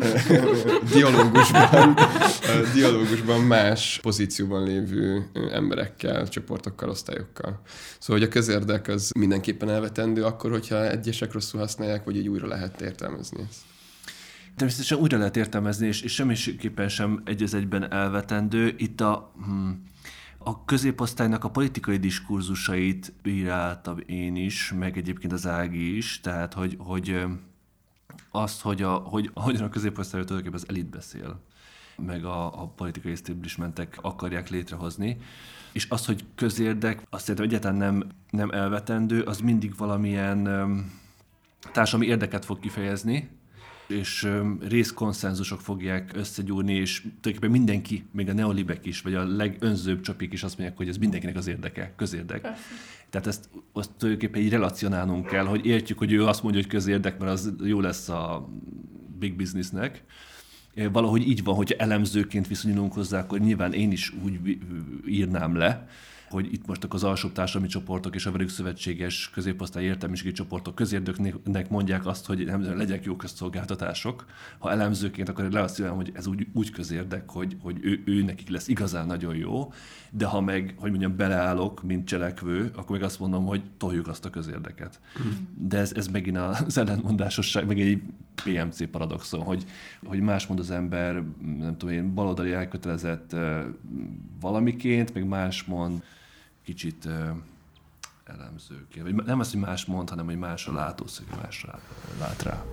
Speaker 7: dialógusban, dialógusban más pozícióban lévő emberekkel, csoportokkal, osztályokkal. Szóval, hogy a közérdek az mindenképpen elvetendő akkor, hogyha egyesek rosszul használják, vagy így újra lehet értelmezni ezt.
Speaker 1: Természetesen újra lehet értelmezni, és, és semmiképpen sem egy az egyben elvetendő. Itt a... Hmm, A középosztálynak a politikai diskurzusait bíráltam én is, meg egyébként az Ági is, tehát hogy, hogy azt, hogy, a, hogy ahogyan a középosztályról tulajdonképpen az elit beszél, meg a, a politikai establishmentek akarják létrehozni, és az, hogy közérdek, azt szerintem egyáltalán nem, nem elvetendő, az mindig valamilyen um, társadalmi érdeket fog kifejezni, és um, részkonszenzusok fogják összegyúrni, és tulajdonképpen mindenki, még a neolibek is, vagy a legönzőbb csapik is azt mondják, hogy ez mindenkinek az érdeke, közérdek. Persze. Tehát ezt azt tulajdonképpen így relacionálnunk kell, hogy értjük, hogy ő azt mondja, hogy közérdek, mert az jó lesz a big businessnek. Valahogy így van, hogyha elemzőként viszonyulunk hozzá, akkor nyilván én is úgy írnám le, hogy itt most az alsóbb társadalmi csoportok és a velük szövetséges középosztály értelmiségi csoportok közérdeknek mondják azt, hogy nem legyenek jó közszolgáltatások. Ha elemzőként, akkor leasszonyolom, hogy ez úgy, úgy közérdek, hogy, hogy ő, ő nekik lesz igazán nagyon jó, de ha meg, hogy mondjam, beleállok, mint cselekvő, akkor meg azt mondom, hogy toljuk azt a közérdeket. Mm. De ez, ez megint az ellentmondásosság, meg egy pé em cé paradoxon, hogy, hogy más mond az ember, nem tudom én, baloldali elkötelezett valamiként, meg más mond kicsit uh, elemzőként. Vagy nem az, hogy más mond, hanem hogy más a látószög, másra lát rá.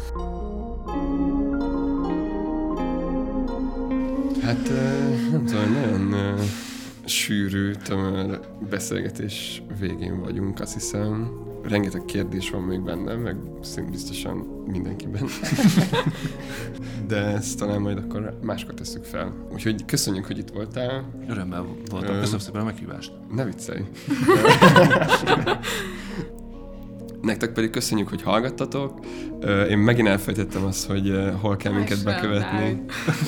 Speaker 7: Hát nem tudom, nagyon sűrű, tömör beszélgetés végén vagyunk, azt hiszem. Rengeteg kérdés van még bennem, meg szint biztosan mindenkiben. De ezt talán majd akkor máskor tesszük fel. Úgyhogy köszönjük, hogy itt voltál.
Speaker 1: Örömmel voltam. Ö... Köszönöm szépen a meghívást.
Speaker 7: Ne viccelj. Nektek pedig köszönjük, hogy hallgattatok. Én megint elfejtettem azt, hogy hol kell minket bekövetni.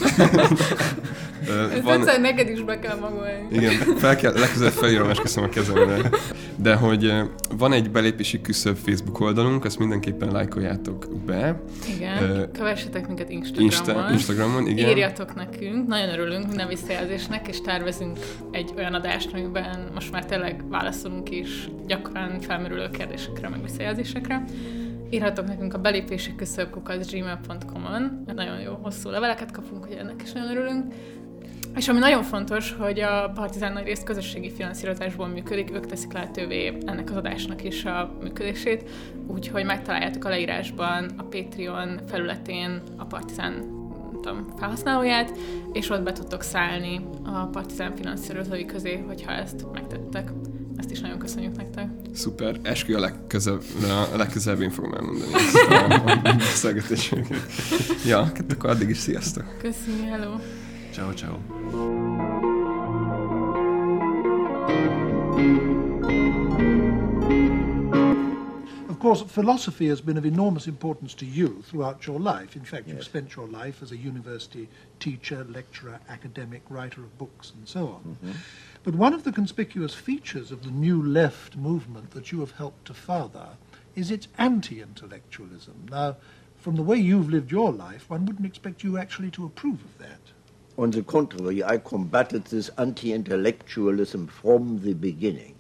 Speaker 6: Ezt van... egyszer neked is be kell magolni.
Speaker 7: Igen, fel kell, legközelebb felírom, és köszönöm a kezemre. De hogy van egy belépési küszöb Facebook oldalunk, azt mindenképpen lájkoljátok be.
Speaker 6: Igen, uh, kövessetek minket Instagramon. Insta,
Speaker 7: Instagramon, igen.
Speaker 6: Írjatok nekünk, nagyon örülünk minden visszajelzésnek, és tervezünk egy olyan adást, amiben most már tényleg válaszolunk is gyakran felmerülő kérdésekre, meg visszajelzésekre. Írhatok nekünk a belépési küszöb kukac gmail pont com-on. Nagyon jó hosszú leveleket kapunk, hogy ennek is nagyon örülünk. És ami nagyon fontos, hogy a Partizán nagy részt közösségi finanszírozásból működik, ők teszik lehetővé ennek az adásnak is a működését, úgyhogy megtaláljátok a leírásban a Patreon felületén a Partizán nem tudom, felhasználóját, és ott be tudtok szállni a Partizán finanszírozói közé, hogyha ezt megtettek. Ezt is nagyon köszönjük nektek.
Speaker 7: Szuper. Eskü a legközelebb, a legközelebb én fogom elmondani ezt a beszélgetésünket. Ja, akkor addig is sziasztok.
Speaker 6: Köszönjük, hello.
Speaker 1: Ciao, ciao.
Speaker 8: Of course, philosophy has been of enormous importance to you throughout your life. In fact, yes. You've spent your life as a university teacher, lecturer, academic, writer of books, and so on. Mm-hmm. But one of the conspicuous features of the New Left movement that you have helped to father is its anti-intellectualism. Now, from the way you've lived your life, one wouldn't expect you actually to approve of that.
Speaker 9: On the contrary, I combated this anti-intellectualism from the beginning.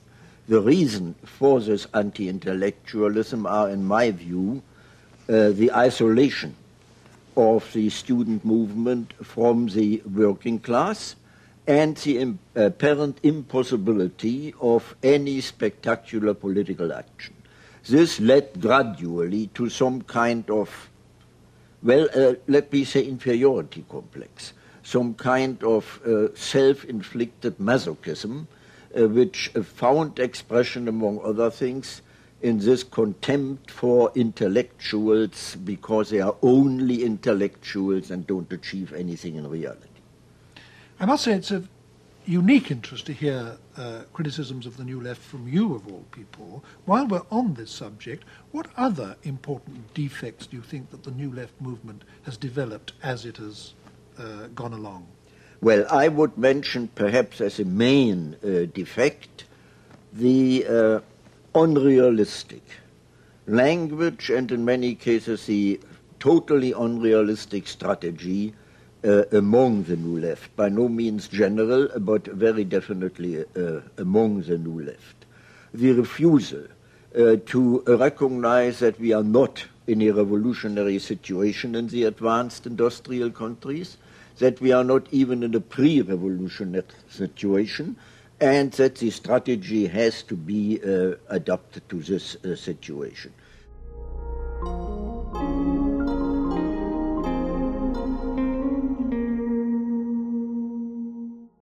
Speaker 9: The reason for this anti-intellectualism are, in my view, uh, the isolation of the student movement from the working class and the im- apparent impossibility of any spectacular political action. This led gradually to some kind of, well, uh, let me say inferiority complex, some kind of uh, self-inflicted masochism, uh, which uh, found expression, among other things, in this contempt for intellectuals because they are only intellectuals and don't achieve anything in reality.
Speaker 8: I must say it's of unique interest to hear uh, criticisms of the New Left from you, of all people. While we're on this subject, what other important defects do you think that the New Left movement has developed as it has uh, gone along?
Speaker 9: Well, I would mention perhaps as a main uh, defect the uh, unrealistic language and in many cases the totally unrealistic strategy uh, among the New Left. By no means general, but very definitely uh, among the New Left. The refusal uh, to recognize that we are not in a revolutionary situation in the advanced industrial countries, that we are not even in a pre-revolutionary situation, and that the strategy has to be uh, adapted to this uh, situation.